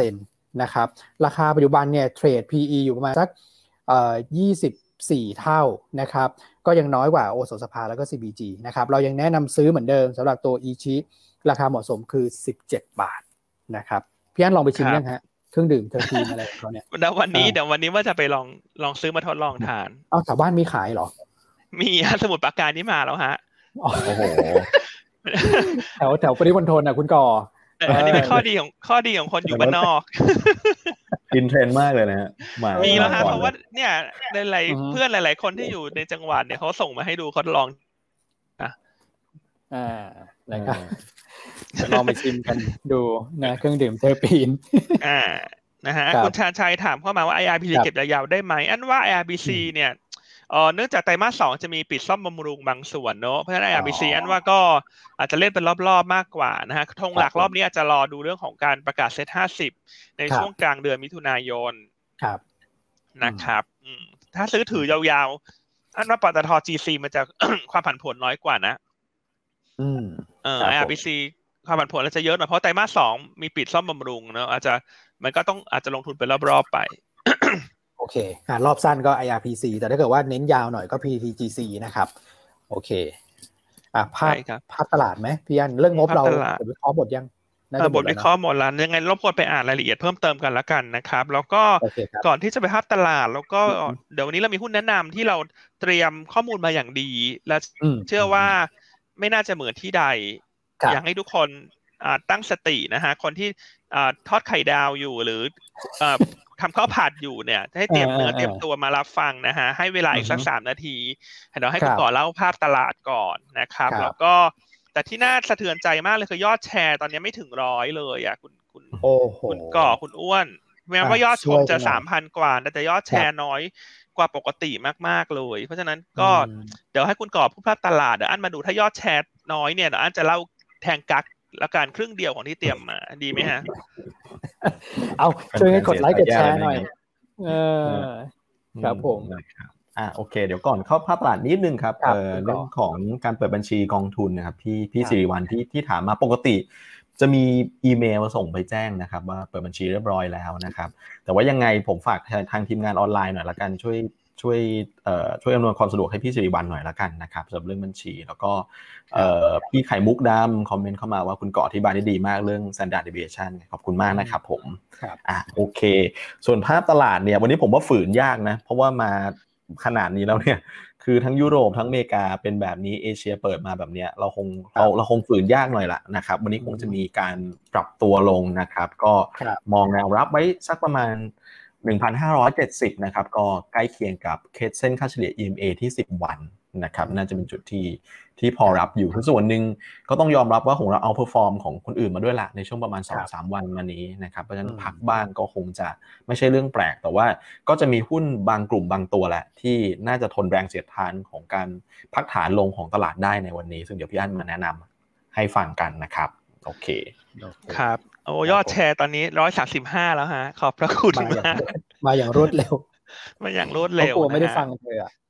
นะครับราคาปัจจุบันเนี่ยเทรด พี อี อยู่ประมาณสักเอ่อยี่สิบสี่เท่านะครับก็ยังน้อยกว่าโอสถสภาแล้วก็ ซี บี จี นะครับเรายังแนะนำซื้อเหมือนเดิมสำหรับตัวอีชิราคาเหมาะสมคือสิบเจ็ดบาทนะครับพี่อั้นลองไปชิมยังฮะเครื่องดื่มเทอร์ทีนอะไรของเขาเนี่ยเดี๋ยววันนี้เดี๋ยววันนี้ว่าจะไปลองลองซื้อมาทดลองทานอ้าวแถวบ้านมีขายเหรอมีฮะสมุทรปราการนี่มาแล้วฮะโอ้โหแถวแถวปริมณฑลน่ะคุณก่ออันนี้เป็นข้อดีของข้อดีของคนอยู่บ้านนอกอินเทรนด์มากเลยนะฮะมีแล้วฮะเพราะว่าเนี่ยหลายๆเพื่อนหลายๆคนที่อยู่ในจังหวัดเนี่ยเขาส่งมาให้ดูทดลองนะอ่านะครับลองไปชิมกันดูนะเครื่องดื่มเทอร์ปีนอ่านะฮะคุณชาญชัยถามเข้ามาว่า ไอ อาร์ บี ซี เก็บยาวๆได้ไหมอันว่า ไอ อาร์ บี ซี เนี่ยเอ่อเนื่องจากไตรมาสสองจะมีปิดซ่อมบำรุงบางส่วนเนอะเพราะฉะนั้น ไอ อาร์ บี ซี อันว่าก็อาจจะเล่นเป็นรอบๆมากกว่านะฮะธงหลักรอบนี้อาจจะรอดูเรื่องของการประกาศเซ็ตห้าสิบในช่วงกลางเดือนมิถุนายนครับนะครับถ้าซื้อถือยาวๆอันว่าปตท จี ซี มันจะ ความผันผวนน้อยกว่านะอืมเอ่อ ไอ อาร์ บี ซี ความผันผวนอาจจะเยอะหน่อยเพราะไตรมาสสองมีปิดซ่อมบำรุงเนอะอาจจะมันก็ต้องอาจจะลงทุนเป็นรอบๆไปโอเคอ่ารอบสั้นก็ ไอ อาร์ พี ซี แต่ถ้าเกิดว่าเน้นยาวหน่อยก็ พี ที จี ซี นะครับโอเคอ่ะภาพภาพตลาดไหมพี่อันเรื่องงบเราบทวิเคราะห์หมดยังบทวิเคราะห์หมดแล้วยังไงรบกวนไปอ่านรายละเอียดเพิ่มเติมกันละกันนะครับแล้วก็ก่อนที่จะไปภาพตลาดแล้วก็เดี๋ยววันนี้เรามีหุ้นแนะนำที่เราเตรียมข้อมูลมาอย่างดีและเชื่อว่าไม่น่าจะเหมือนที่ใดอยากให้ทุกคนตั้งสตินะฮะคนที่ทอดไข่ดาวอยู่หรือทำข้าวผัดอยู่เนี่ยให้เตรียมเนื้อเตรียมตัวมารับฟังนะฮะให้เวลาอีกสักสามนาทีเดี๋ยวให้คุณก่อเล่าภาพตลาดก่อนนะครับแล้วก็แต่ที่น่าสะเทือนใจมากเลยคือยอดแชร์ตอนนี้ไม่ถึงร้อยเลยอ่ะคุณคุณคุณก่อคุณอ้วนแม้ว่ายอดชมจะ สามพัน กว่าแต่ยอดแชร์น้อยกว่าปกติมากๆเลยเพราะฉะนั้นก็เดี๋ยวให้คุณก่อผู้ภาพตลาดเดี๋ยวอันมาดูถ้ายอดแชร์น้อยเนี่ยเดี๋ยวอันจะเล่าแทงกั๊กและการครึ่งเดียวของที่เตรียมมาดีไหมฮะเอาช่วยกดไลค์กดแชร์หน่อยเออครับผมอ่าโอเคเดี๋ยวก่อนเข้าภาพตลาดนิดนึงครับเอ่อเรื่องของการเปิดบัญชีกองทุนนะครับพี่พี่สิริวัลย์ที่ที่ถามมาปกติจะมีอีเมลมาส่งไปแจ้งนะครับว่าเปิดบัญชีเรียบร้อยแล้วนะครับแต่ว่ายังไงผมฝากทางทีมงานออนไลน์หน่อยละกันช่วยช่วยเอ่อช่วยอำนวยความสะดวกให้พี่สิริวัลย์หน่อยละกันนะครับสำหรับเรื่องบัญชีแล้วก็เอ่อพี่ไข่มุกดำคอมเมนต์เข้ามาว่าคุณก่ออธิบายได้ดีมากเรื่อง standard deviation ขอบคุณมากนะครับผมอ่ะโอเคส่วนภาพตลาดเนี่ยวันนี้ผมว่าฝืนยากนะเพราะว่ามาขนาดนี้แล้วเนี่ยคือทั้งยุโรปทั้งอเมริกาเป็นแบบนี้เอเชียเปิดมาแบบเนี้ยเราคงเราเราคงฝืนยากหน่อยละนะครับวันนี้คงจะมีการปรับตัวลงนะครับก็มองแนวรับไว้สักประมาณ หนึ่งพันห้าร้อยเจ็ดสิบ นะครับก็ใกล้เคียงกับเส้นค่าเฉลี่ย อี เอ็ม เอ ที่สิบวันนะครับน่าจะเป็นจุดที่ที่พอรับอยู่ส่วนหนึ่งก็ต้องยอมรับว่าของเราเอาเพอร์ฟอร์มของคนอื่นมาด้วยละในช่วงประมาณ สองถึงสาม วันมานี้นะครับเพราะฉะนั้นพักบ้างก็คงจะไม่ใช่เรื่องแปลกแต่ว่าก็จะมีหุ้นบางกลุ่มบางตัวแหละที่น่าจะทนแรงเสียดทานของการพักฐานลงของตลาดได้ในวันนี้ซึ่งเดี๋ยวพี่อั้นมาแนะนำให้ฟังกันนะครับโอเคครับโอ้ยอดแชร์ตอนนี้หนึ่งร้อยสามสิบห้าแล้วฮะขอบพระคุณมากมาอย่างรวดเร็วมาอย่างรวดเร็วกลัวไม่ได้ฟังเลยอ่ะ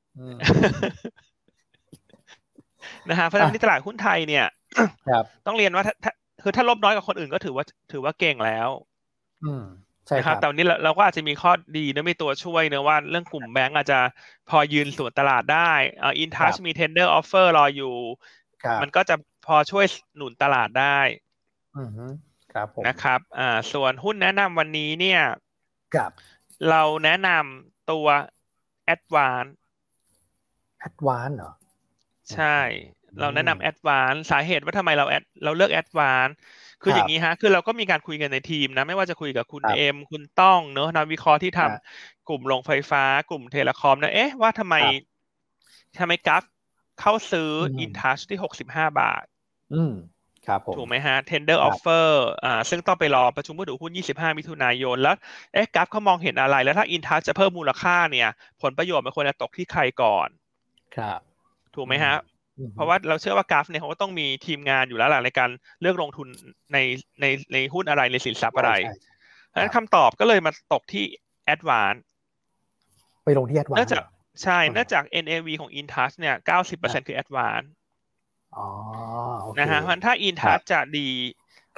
นะฮะเพราะฉะนั้นที่ตลาดหุ้นไทยเนี่ยต้องเรียนว่าคือถ้าลบน้อยกว่าคนอื่นก็ถือว่าถือว่าเก่งแล้วอืมใช่ครับแต่วันนี้เราก็อาจจะมีข้อดีนะมีตัวช่วยเนะว่าเรื่องกลุ่มแบงก์อาจจะพอยืนส่วนตลาดได้อ่า InTouch มี Tender Offer รออยู่มันก็จะพอช่วยหนุนตลาดได้อือฮึครับผมนะครับอ่าส่วนหุ้นแนะนำวันนี้เนี่ยครับเราแนะนำตัว Advance Advance เหรอใช่เราแนะนำ Advance สาเหตุว่าทำไมเราแอดเราเลือก Advance คืออย่างนี้ฮะคือเราก็มีการคุยกันในทีมนะไม่ว่าจะคุยกับคุณเอ็มคุณต้องเนอะนักวิเคราะห์ที่ทำกลุ่มโรงไฟฟ้ากลุ่มเทเลคอมนะเอ๊ะว่าทำไมทำไมกราฟเข้าซื้อ InTouch ที่หกสิบห้าบาทอืมครับผมถูกไหมฮะ Tender Offer อ่าซึ่งต้องไปรอประชุมผู้ถือหุ้นยี่สิบห้ามิถุนายนแล้วเอ๊ะกราฟเขามองเห็นอะไรแล้วถ้า InTouch จะเพิ่มมูลค่าเนี่ยผลประโยชน์มันควรจะตกที่ใครก่อนครับถูกไหมฮะเพราะว่าเราเชื่อว่ากราฟเนี่ยเขาก็ต้องมีทีมงานอยู่แล้วแหละในการเลือกลงทุนในในในหุ้นอะไรในสินทรัพย์อะไรเพราะฉะนั้นคำตอบก็เลยมาตกที่ Advance ไปลงที่ Advance เนื่องจากใช่เนื่องจาก เอ็น เอ วี ของ InTouch เนี่ย เก้าสิบเปอร์เซ็นต์ คือ Advance อ๋อโอเคนะฮะเพราะถ้า InTouch จะดีครับ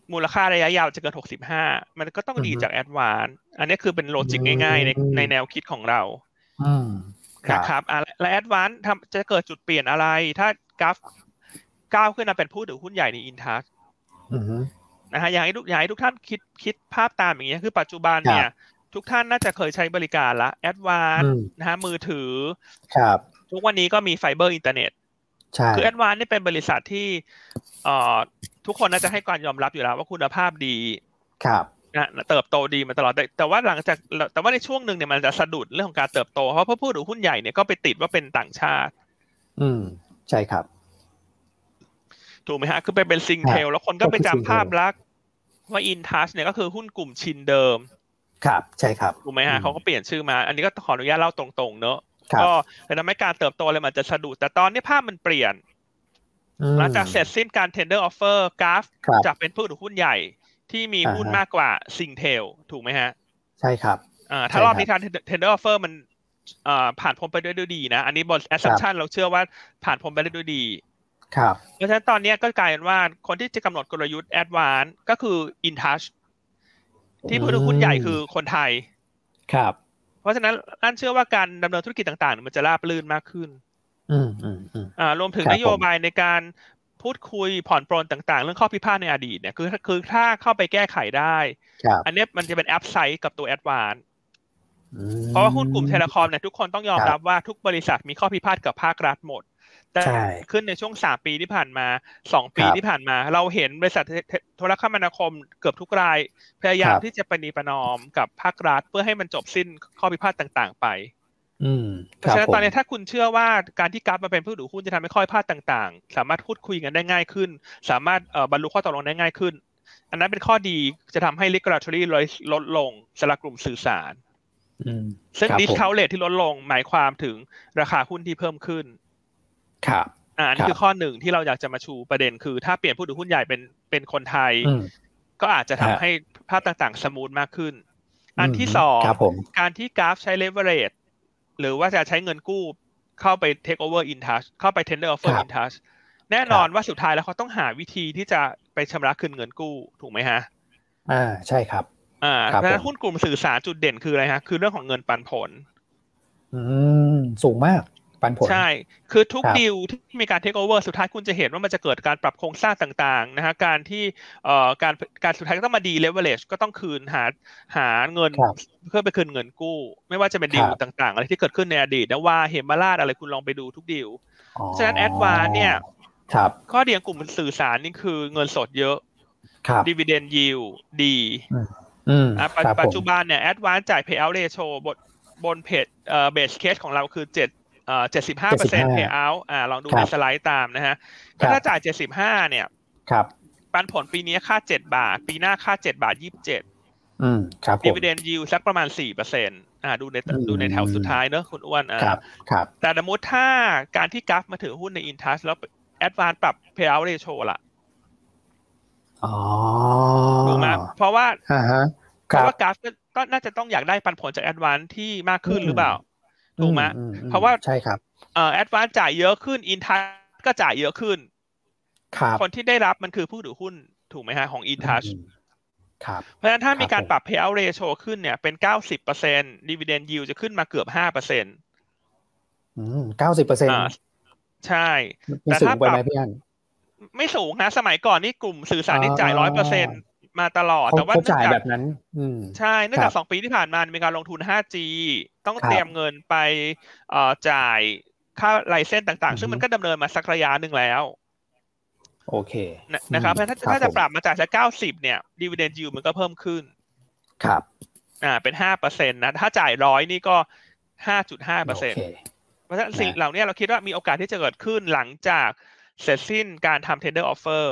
มูลค่าระยะยาวจะเกินหกสิบห้ามันก็ต้องดีจากแอดวานซ์อันนี้คือเป็นโลจิกง่ายๆในในแนวคิดของเรานะครับอ่ะและแอดวานซ์ทำจะเกิดจุดเปลี่ยนอะไรถ้ากราฟก้าวขึ้นมาเป็นผู้ถือหุ้นใหญ่ในอินทัสนะฮะอยากให้ทุกอยากให้ทุกท่านคิดคิดภาพตามอย่างนี้คือปัจจุบันเนี่ยทุกท่านน่าจะเคยใช้บริการละแอดวานซ์นะฮะมือถือทุกวันนี้ก็มีไฟเบอร์อินเทอร์เน็ตคือแอดวานซ์นี่เป็นบริษัทที่เอ่อทุกคนน่าจะให้การยอมรับอยู่แล้วว่าคุณภาพดีครับนะเติบโตดีมาตลอดแต่แต่ว่าหลังจากแต่ว่าในช่วงหนึ่งเนี่ยมันจะสะดุดเรื่องของการเติบโตเพราะผู้ถือหุ้นใหญ่เนี่ยก็ไปติดว่าเป็นต่างชาติอืมใช่ครับถูกไหมฮะคือไปเป็นซิงเทลแล้วคนก็ไปจำภาพลักษณ์ว่าอินทัชเนี่ยก็คือหุ้นกลุ่มชินเดิมครับใช่ครับถูกไหมฮะเขาก็เปลี่ยนชื่อมาอันนี้ก็ขออนุญาตเล่าตรงๆเนอะก็เลยทำให้การเติบโตเลยมันจะสะดุดแต่ตอนนี้ภาพมันเปลี่ยนหลังจากเสร็จสิ้นการ tender offer กราฟจะเป็นผู้ถือหุ้นใหญ่ที่มีหุ้นมากกว่าซิงเทลถูกไหมฮะใช่ครับอ่าถ้ารอบนี้ทาง tender offer มันอ่าผ่านพ้นไปด้วยด้วยดีนะอันนี้บน assumption เราเชื่อว่าผ่านพ้นไปได้ด้วยดีครับเพราะฉะนั้นตอนนี้ก็กลายเป็นว่าคนที่จะกำหนดกลยุทธ์ advance ก็คือ InTouch ที่ผู้ถือหุ้นใหญ่คือคนไทยครับเพราะฉะนั้นอันเชื่อว่าการดำเนินธุรกิจต่างๆมันจะราบรื่นมากขึ้นอืมอืมอืมอ่ารวมถึงนโยบายในการพูดคุยผ่อนปรนต่างๆเรื่องข้อพิพาทในอดีตเนี่ยคือคือถ้าเข้าไปแก้ไขได้อันนี้มันจะเป็นแอปไซด์กับตัว advance เพราะว่าหุ้นกลุ่มเทเลคอมเนี่ยทุกคนต้องยอมรับว่าทุกบริษัทมีข้อพิพาทกับภาครัฐหมดแต่ขึ้นในช่วงสามปีที่ผ่านมาสองปีที่ผ่านมาเราเห็นบริษัทโทรคมนาคมเกือบทุกรายพยายามที่จะประนีประนอมกับภาครัฐเพื่อให้มันจบสิ้นข้อพิพาทต่างๆไปเพราะฉะนั้นตอนนี้ถ้าคุณเชื่อว่าการที่กราฟมาเป็นผู้ถือหุ้นจะทำให้ข้อพิพาทต่างๆสามารถพูดคุยกันได้ง่ายขึ้นสามารถบรรลุข้อตกลงได้ง่ายขึ้นอันนั้นเป็นข้อดีจะทำให้ regulatory ลดลงสำหรับกลุ่มสื่อสารซึ่ง discount rate ที่ลดลงหมายความถึงราคาหุ้นที่เพิ่มขึ้นครับอ่านี่คือข้อหนึ่งที่เราอยากจะมาชูประเด็นคือถ้าเปลี่ยนผู้ถือหุ้นใหญ่เป็นเป็นคนไทยก็อาจจะทำให้ภาพต่างๆสมูทมากขึ้นอันที่สองการที่กราฟใช้ leverage หรือว่าจะใช้เงินกู้เข้าไป take over InTouch เข้าไป tender offer InTouch แน่นอนว่าสุดท้ายแล้วเขาต้องหาวิธีที่จะไปชำระคืนเงินกู้ถูกไหมฮะอ่าใช่ครับอ่าเพราะฉะนั้นหุ้นกลุ่มสื่อสารจุดเด่นคืออะไรฮะคือเรื่องของเงินปันผลอืมสูงมากปันผลใช่คือทุกดีลที่มีการ take over สุดท้ายคุณจะเห็นว่ามันจะเกิดการปรับโครงสร้างต่างๆนะฮะการที่เอ่อการการสุดท้ายก็ต้องมาดี leverage ก็ต้องคืนหาหาเงินเพื่อไปคืนเงินกู้ไม่ว่าจะเป็นดีลต่างๆอะไรที่เกิดขึ้นในอดีตนะว่าเหมราชอะไรคุณลองไปดูทุกดีลฉะนั้น advance เนี่ยข้อดีของกลุ่มสื่อสารนี่คือเงินสดเยอะ dividend yield ดีปัจจุบันเนี่ย advance จ่าย payout ratio บนบนเพจเอ่อ base case ของเราคือเจ็ดเอ่อ เจ็ดสิบห้าเปอร์เซ็นต์ payout อ่าลองดูในสไลด์ตามนะฮะก็ถ้าจ่ายเจ็ดสิบห้าเนี่ยครับปันผลปีนี้ค่าเจ็ดบาทปีหน้าค่าเจ็ดบาทยี่สิบเจ็ดอืมครับ dividend yield สักประมาณ สี่เปอร์เซ็นต์ อ่าดูในดูในแถวสุดท้ายเนอะคุณอ้วนอ่าครับครับแต่สมมุติถ้าการที่กราฟมาถือหุ้นใน InTouch แล้ว advance ปรับ payout ratio ล่ะอ๋อถูกมั้ยเพราะว่าอ่าฮะเพราะว่ากราฟก็น่าจะต้องอยากได้ปันผลจาก advance ที่มากขึ้นหรือเปล่าถูกไหมเพราะว่าใช่ครับเอ่อ advance จ่ายเยอะขึ้น InTouch ก็จ่ายเยอะขึ้นครับคนที่ได้รับมันคือผู้ถือหุ้นถูกไหมฮะของ InTouch ครับเพราะฉะนั้นถ้ามีการปรับ payout ratio ขึ้นเนี่ยเป็น เก้าสิบเปอร์เซ็นต์ dividend yield จะขึ้นมาเกือบ ห้าเปอร์เซ็นต์อืม เก้าสิบเปอร์เซ็นต์อ่าใช่แต่ถ้าปรับไม่สูงนะสมัยก่อนนี่กลุ่มสื่อสารนี่จ่าย หนึ่งร้อยเปอร์เซ็นต์ มาตลอดแต่ว่าจ่ายแบบนั้นใช่เนื่องจากสองปีที่ผ่านมามีการลงทุน ห้าจี ต้องเตรียมเงินไปเอ่อจ่ายค่าไลเซนส์ต่างๆซึ่งมันก็ดำเนินมาสักระยะหนึ่งแล้วโอเคนะครับเพราะถ้าถ้าจะปรับมาจ่ายสักเก้าสิบเนี่ย dividend yield มันก็เพิ่มขึ้นครับอ่าเป็น ห้าเปอร์เซ็นต์ นะถ้าจ่ายหนึ่งร้อยนี่ก็ ห้าจุดห้าเปอร์เซ็นต์ เพราะฉะนั้นสิ่งเหล่านี้เราคิดว่ามีโอกาสที่จะเกิดขึ้นหลังจากเสร็จสิ้นการทำ tender offer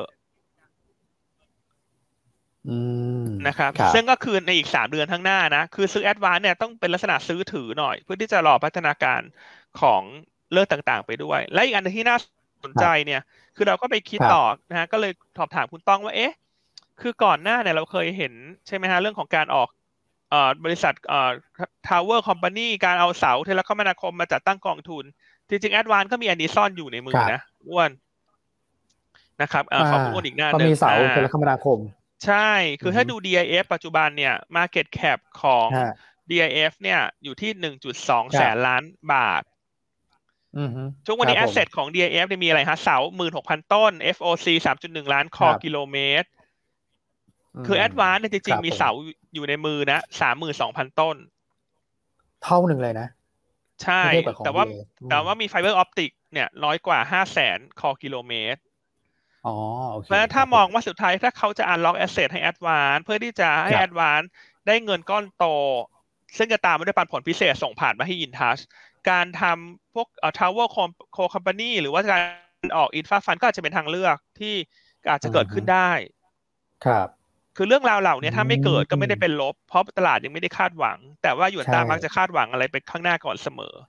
นะครับซึ่งก็คือในอีกสามเดือนข้างหน้านะคือซื้อ advance เนี่ยต้องเป็นลักษณะซื้อถือหน่อยเพื่อที่จะรอพัฒนาการของเรื่องต่างๆไปด้วยและอีกอันที่น่าสนใจเนี่ยคือเราก็ไปคิดต่อนะฮะก็เลยสอบถามคุณต้องว่าเอ๊ะคือก่อนหน้าเนี่ยเราเคยเห็นใช่ไหมฮะเรื่องของการออกเอ่อบริษัทเอ่อ Tower Company การเอาเสาเทเลคมนาคมมาจัดตั้งกองทุนจริงๆ advance ก็มีอันนี้ซ่อนอยู่ในมือนะอ้วนนะครับเอ่อขอคุณอ้วนอีกหน้านึงก็มีเสาเทเลคมนาคมใช่คือถ้าดู ดี ไอ เอฟ ปัจจุบันเนี่ย market cap ของ ดี ไอ เอฟ เนี่ยอยู่ที่ หนึ่งจุดสอง แสนล้านบาทช่วงวันนี้ asset ของ ดี ไอ เอฟ เนี่ยมีอะไรฮะเสา หนึ่งหมื่นหกพัน ต้น เอฟ โอ ซี สามจุดหนึ่ง ล้านคอกิโลเมตรคือ Advance เนี่ยจริงๆมีเสาอยู่ในมือนะ สามหมื่นสองพัน ต้นเท่าหนึ่งเลยนะใช่แต่ว่าแต่ว่ามีไฟเบอร์ออปติกเนี่ยน้อยกว่า ห้าแสน คอกิโลเมตรอ๋อโอเคเพราะฉะนั้นถ้ามองว่าสุดท้ายถ้าเขาจะ unlock asset ให้ Advance เพื่อที่จะให้ Advance ได้เงินก้อนโตซึ่งจะตามมาด้วยปันผลพิเศษส่งผ่านมาให้ InTouch การทำพวกเอ่อ Tower Co Company หรือว่าการออก Infra Fund ก็อาจจะเป็นทางเลือกที่อาจจะเกิดขึ้นได้ครับคือเรื่องราวเหล่านี้ถ้าไม่เกิดก็ไม่ได้เป็นลบเพราะตลาดยังไม่ได้คาดหวังแต่ว่าหยวนต้ามักจะคาดหวังอะไรไปข้างหน้าก่อนเสมอ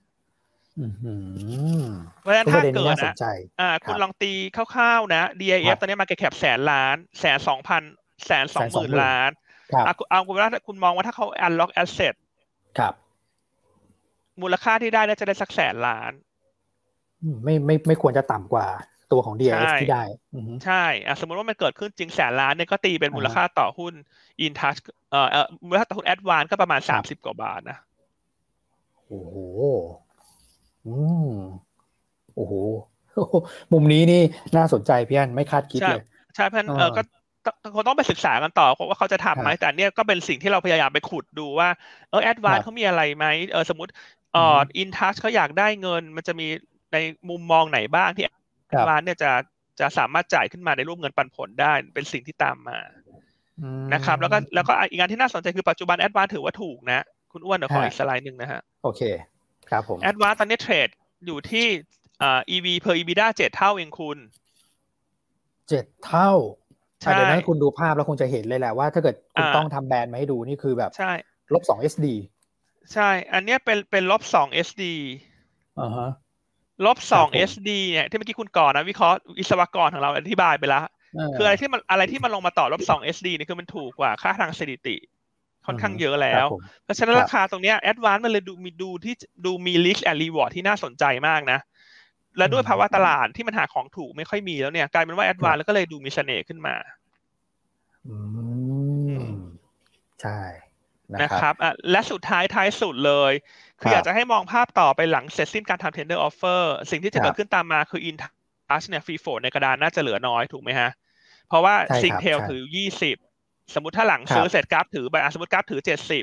เพราะฉะนั้นถ้าเกิดนะอ่าคุณลองตีคร่าวๆนะ ดี ไอ เอฟ ตอนนี้ market cap แสนล้านแสนสองพันแสนสองหมื่นล้านเอาคุณว่าคุณมองว่าถ้าเขา unlock asset ครับมูลค่าที่ได้น่าจะได้สักแสนล้านไม่ไม่ไม่ควรจะต่ำกว่าตัวของ ดี ไอ เอฟ ที่ได้ใช่สมมติว่ามันเกิดขึ้นจริงแสนล้านเนี่ยก็ตีเป็นมูลค่าต่อหุ้น InTouch เอ่อมูลค่าต่อหุ้น Advance ก็ประมาณสามสิบกว่าบาทนะโอ้โหอืมโอ้โหมุมนี้นี่น่าสนใจพี่อันไม่คาดคิดเลยใช่เพราะฉะนั้นเออก็เขาต้องไปศึกษากันต่อว่าเขาจะทำไหมแต่เนี่ยก็เป็นสิ่งที่เราพยายามไปขุดดูว่าเออ Advance เขามีอะไรไหมเออสมมติเอ่อ InTouch เขาอยากได้เงินมันจะมีในมุมมองไหนบ้างที่ Advance เนี่ยจะจะสามารถจ่ายขึ้นมาในรูปเงินปันผลได้เป็นสิ่งที่ตามมานะครับแล้วก็แล้วก็อีกงานที่น่าสนใจคือปัจจุบัน Advance ถือว่าถูกนะคุณอ้วนเดี๋ยวขออีกสไลด์นึงนะฮะโอเคครับผม Advance ตอนนี้เทรดอยู่ที่อ่า อี วี per EBITDA เจ็ดเท่าเองคุณเจ็ดเท่าเดี๋ยวนั้นคุณดูภาพแล้วคงจะเห็นเลยแหละว่าถ้าเกิดคุณต้องทำแบรนด์มาให้ดูนี่คือแบบลบสอง เอส ดีใช่อันนี้เป็นเป็นลบสอง เอส ดีอ่าฮะลบสอง เอส ดี เนี่ยที่เมื่อกี้คุณก่อนนะวิเคราะห์วิศวกรของเราอธิบายไปแล้วคืออะไรที่มันอะไรที่มันลงมาต่อลบสอง เอส ดี นี่คือมันถูกกว่าค่าทางสถิติค่อนข้างเยอะแล้วเพราะฉะนั้นราคาตรงนี้ Advance มันเลยดูมีดูที่ดูมี risk and reward ที่น่าสนใจมากนะและด้วยภาวะตลาดที่มันหาของถูกไม่ค่อยมีแล้วเนี่ยกลายเป็นว่า Advance แล้วก็เลยดูมีเสน่ห์ขึ้นมาอืมใช่นะครับอ่ะและสุดท้ายท้ายสุดเลยคืออยากจะให้มองภาพต่อไปหลังเสร็จสิ้นการทำ tender offer สิ่งที่จะเกิดขึ้นตามมาคือ InTouch เนี่ย free float ในกระดานน่าจะเหลือน้อยถูกไหมฮะเพราะว่า Singtel ถือยี่สิบสมมุติถ้าหลังซื้อเสร็จกราฟถือไปสมมุติกราฟถือเจ็ดสิบ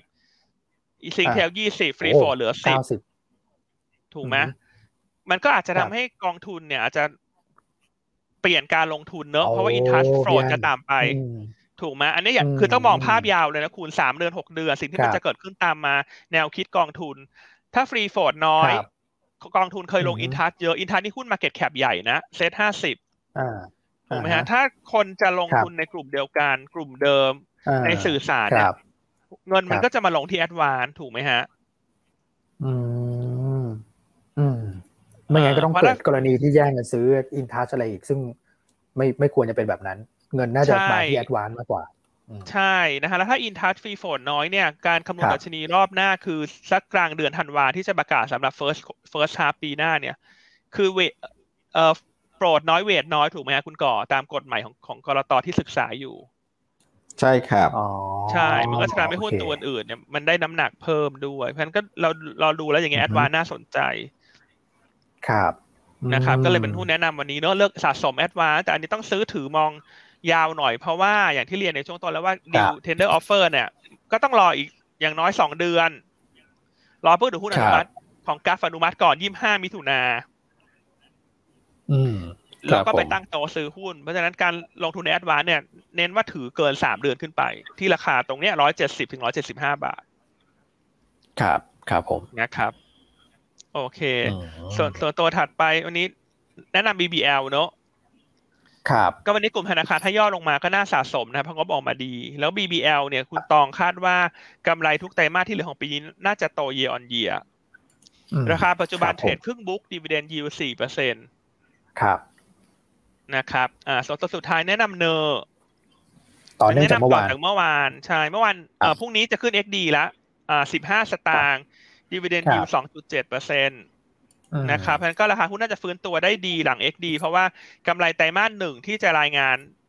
Singtel ยี่สิบ free float เหลือสิบถูกไหมมันก็อาจจะทำให้กองทุนเนี่ยอาจจะเปลี่ยนการลงทุนเนอะเพราะว่า InTouch float จะตามไปถูกไหมอันนี้คือต้องมองภาพยาวเลยนะคุณสามเดือนหกเดือนสิ่งที่มันจะเกิดขึ้นตามมาแนวคิดกองทุนถ้า free float น้อยกองทุนเคยลง InTouch เยอะ InTouch นี่หุ้น market cap ใหญ่นะเซ็ตห้าสิบถูกไหมฮะถ้าคนจะลงทุนในกลุ่มเดียวกันกลุ่มเดิมในสื่อสารเนี่ยเงินมันก็จะมาลงที่ Advance ถูกไหมฮะอืมอืมไม่งั้นก็ต้องเกิดกรณีที่แย่งกันซื้อ InTouch อะไรอีกซึ่งไม่ไม่ควรจะเป็นแบบนั้นเงินน่าจะมาที่ Advance มากกว่าใช่นะฮะแล้วถ้า InTouch free float น้อยเนี่ยการคำนวณดัชนีรอบหน้าคือสักกลางเดือนธันวาที่จะประกาศสำหรับ first first half ปีหน้าเนี่ยคือเวทเอ่อโปรดน้อยเวทน้อยถูกไหมฮะคุณก่อตามกฎหมายของของกลต.ที่ศึกษาอยู่ใช่ครับใช่มันก็จะทำให้หุ้นตัวอื่นเนี่ยมันได้น้ำหนักเพิ่มด้วยเพราะฉะนั้นก็เราเราดูแล้วอย่างเงี้ย Advance น่าสนใจครับนะครับก็เลยเป็นหุ้นแนะนำวันนี้เนอะเลือกสะสม Advance แต่อันนี้ต้องซื้อถือมองยาวหน่อยเพราะว่าอย่างที่เรียนในช่วงต้นแล้วว่า deal tender offer เนี่ยก็ต้องรออีกอย่างน้อยสองเดือนรอเพื่อดูหุ้นอนุมัติของกัฟอนุมัติก่อนยี่สิบห้ามิถุนาอืมแล้วก็ไปตั้งโต๊ะซื้อหุ้นเพราะฉะนั้นการลงทุนใน Advance เนี่ยเน้นว่าถือเกินสามเดือนขึ้นไปที่ราคาตรงเนี้ยหนึ่งร้อยเจ็ดสิบถึงหนึ่งร้อยเจ็ดสิบห้าบาทครับครับผมนะครับโอเคส่วนส่วนตัวถัดไปวันนี้แนะนำ บี บี แอล เนอะครับก็วันนี้กลุ่มธนาคารถ้าย่อลงมาก็น่าสะสมนะเพราะงบออกมาดีแล้ว บี บี แอล เนี่ยคุณตองคาดว่ากำไรทุกไตรมาสที่เหลือของปีนี้น่าจะโต year on year ราคาปัจจุบันเทรดครึ่งบุ๊ก dividend yield สี่เปอร์เซ็นต์ครับนะครับอ่าส่วนตัวสุดท้ายแนะนำเนอร์ต่อเนื่องจากเมื่อวานเมื่อวานใช่เมื่อวานเอ่อพรุ่งนี้จะขึ้น เอ็กซ์ ดี แล้วอ่าสิบห้าสตางค์ dividend yield สองจุดเจ็ดเปอร์เซ็นต์นะครับเพราะฉะนั้นก็ราคาหุ้นน่าจะฟื้นตัวได้ดีหลัง เอ็กซ์ ดี เพราะว่ากำไรไตรมาสหนึ่งที่จะรายงาน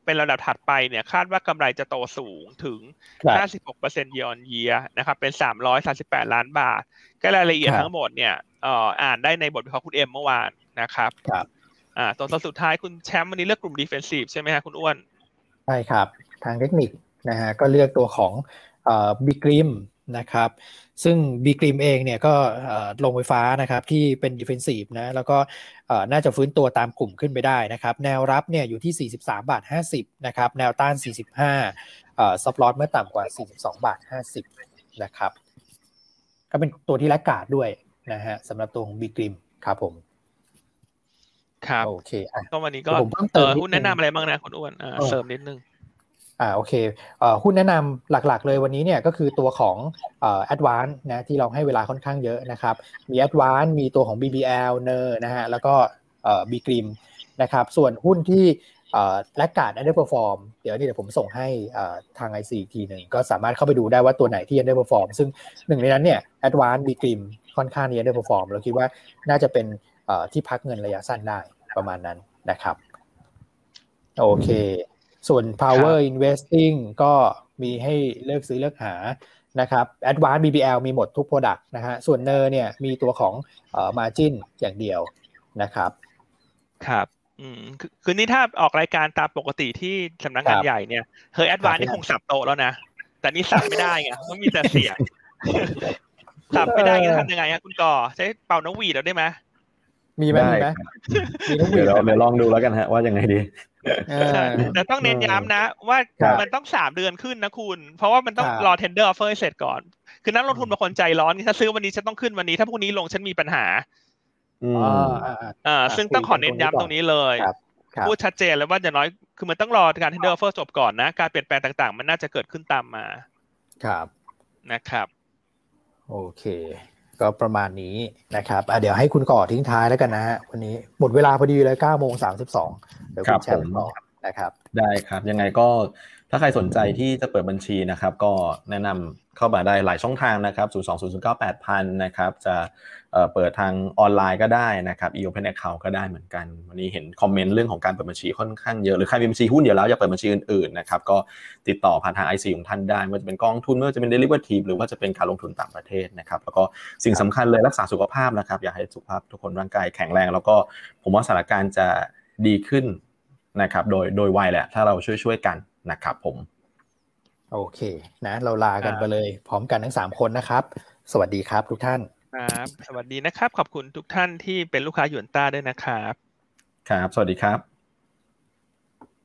เป็นระดับถัดไปเนี่ยคาดว่ากำไรจะโตสูงถึง ห้าสิบหกเปอร์เซ็นต์ year on year นะครับเป็นสามร้อยสามสิบแปดล้านบาทก็รายละเอียดทั้งหมดเนี่ยเอ่ออ่านได้ในบทวิเคราะห์คุณเอ็มเมื่อวานนะครับครับอ่าตัวสุดท้ายคุณแชมป์วันนี้เลือกกลุ่ม defensive ใช่ไหมฮะคุณอ้วนใช่ครับทางเทคนิคนะฮะก็เลือกตัวของเอ่อ Bgrim นะครับซึ่ง Bgrim เองเนี่ยก็โรงไฟฟ้านะครับที่เป็น defensive นะแล้วก็น่าจะฟื้นตัวตามกลุ่มขึ้นไปได้นะครับแนวรับเนี่ยอยู่ที่สี่สิบสามบาทห้าสิบนะครับแนวต้านสี่สิบห้าเอ่อ stop loss เมื่อต่ำกว่าสี่สิบสองบาทห้าสิบนะครับก็เป็นตัวที่แลกขาดด้วยนะฮะสำหรับตัวของ Bgrim ครับผมครับโอเคอ่ะก็วันนี้ก็เออหุ้นแนะนำอะไรบ้างนะคุณอ้วนอ่าเสริมนิดนึงอ่าโอเคเอ่อหุ้นแนะนำหลักๆเลยวันนี้เนี่ยก็คือตัวของเอ่อ Advance นะที่เราให้เวลาค่อนข้างเยอะนะครับมี Advance มีตัวของ บี บี แอล เนอร์นะฮะแล้วก็เอ่อ Bgrim นะครับส่วนหุ้นที่เอ่อแลกขาด underperform เดี๋ยวนี่เดี๋ยวผมส่งให้เอ่อทาง ไอ ซี อีกทีนึงก็สามารถเข้าไปดูได้ว่าตัวไหนที่ underperform ซึ่งหนึ่งในนั้นเนี่ย Advance Bgrim ค่อนข้างที่ underperform เราคิดว่าน่าจะเป็นเอ่อที่พักเงินระยะสั้นได้ประมาณนั้นนะครับโอเคส่วน power investing ก็มีให้เลือกซื้อเลือกหานะครับ advanced บี บี แอล มีหมดทุก product นะฮะส่วนเนอร์เนี่ยมีตัวของเอ่อ margin อย่างเดียวนะครับครับอืมคือคือนี่ถ้าออกรายการตามปกติที่สำนักงานใหญ่เนี่ยเฮ้ย advanced นี่คงสับโตแล้วนะแต่นี่สับไม่ได้ไงมันมีแต่เสียงสับไม่ได้จะทำยังไงฮะคุณก่อใช้เป่านกหวีดเอาได้ไหมมีไหมมีไหมมีนกหวีดเดี๋ยวลองดูแล้วกันฮะว่ายังไงดีแต่ต้องเน้นย้ำนะว่ามันต้องสามเดือนขึ้นนะคุณเพราะว่ามันต้องรอ tender offer ให้เสร็จก่อนคือนักลงทุนบางคนใจร้อนถ้าซื้อวันนี้ฉันต้องขึ้นวันนี้ถ้าพรุ่งนี้ลงฉันมีปัญหาอ่าซึ่งต้องขอเน้นย้ำตรงนี้เลยพูดชัดเจนแล้วว่าอย่างน้อยคือมันต้องรอการ tender offer จบก่อนนะการเปลี่ยนแปลงต่างๆมันน่าจะเกิดขึ้นตามมาครับนะครับโอเคก็ประมาณนี้นะครับอ่ะเดี๋ยวให้คุณก่อทิ้งท้ายแล้วกันนะฮะวันนี้หมดเวลาพอดีเลย เก้าโมงสามสิบสอง เดี๋ยวคุณแชมป์ต่อนะครับได้ครับยังไงก็ถ้าใครสนใจที่จะเปิดบัญชีนะครับก็แนะนำเข้ามาได้หลายช่องทางนะครับศูนย์ สอง ศูนย์ ศูนย์ เก้า แปด ศูนย์ ศูนย์นะครับจะเอ่อเปิดทางออนไลน์ก็ได้นะครับ e-open account ก็ได้เหมือนกันวันนี้เห็นคอมเมนต์เรื่องของการเปิดบัญชีค่อนข้างเยอะหรือใครมีบัญชีหุ้นเดี๋ยวแล้วอยากเปิดบัญชีอื่นๆนะครับก็ติดต่อผ่านทาง ไอ ซี ของท่านได้ไม่ว่าจะเป็นกองทุนไม่ว่าจะเป็น derivative หรือว่าจะเป็นการลงทุนต่างประเทศนะครับแล้วก็สิ่งสำคัญเลยรักษาสุขภาพนะครับอยากให้สุขภาพทุกคนร่างกายแข็งแรงแล้วก็ผมว่าสถานการณ์จะดีขึ้นนะครับโดยโดยไวแหละถ้าเราช่วยๆกันนะครับผมโอเคนะเราลากันไปเลยพร้อมกันทั้งสามคนนะครับสวัสดีครับทุกท่านครับสวัสดีนะครับขอบคุณทุกท่านที่เป็นลูกค้าหยวนต้าด้วยนะครับครับสวัสดีครับ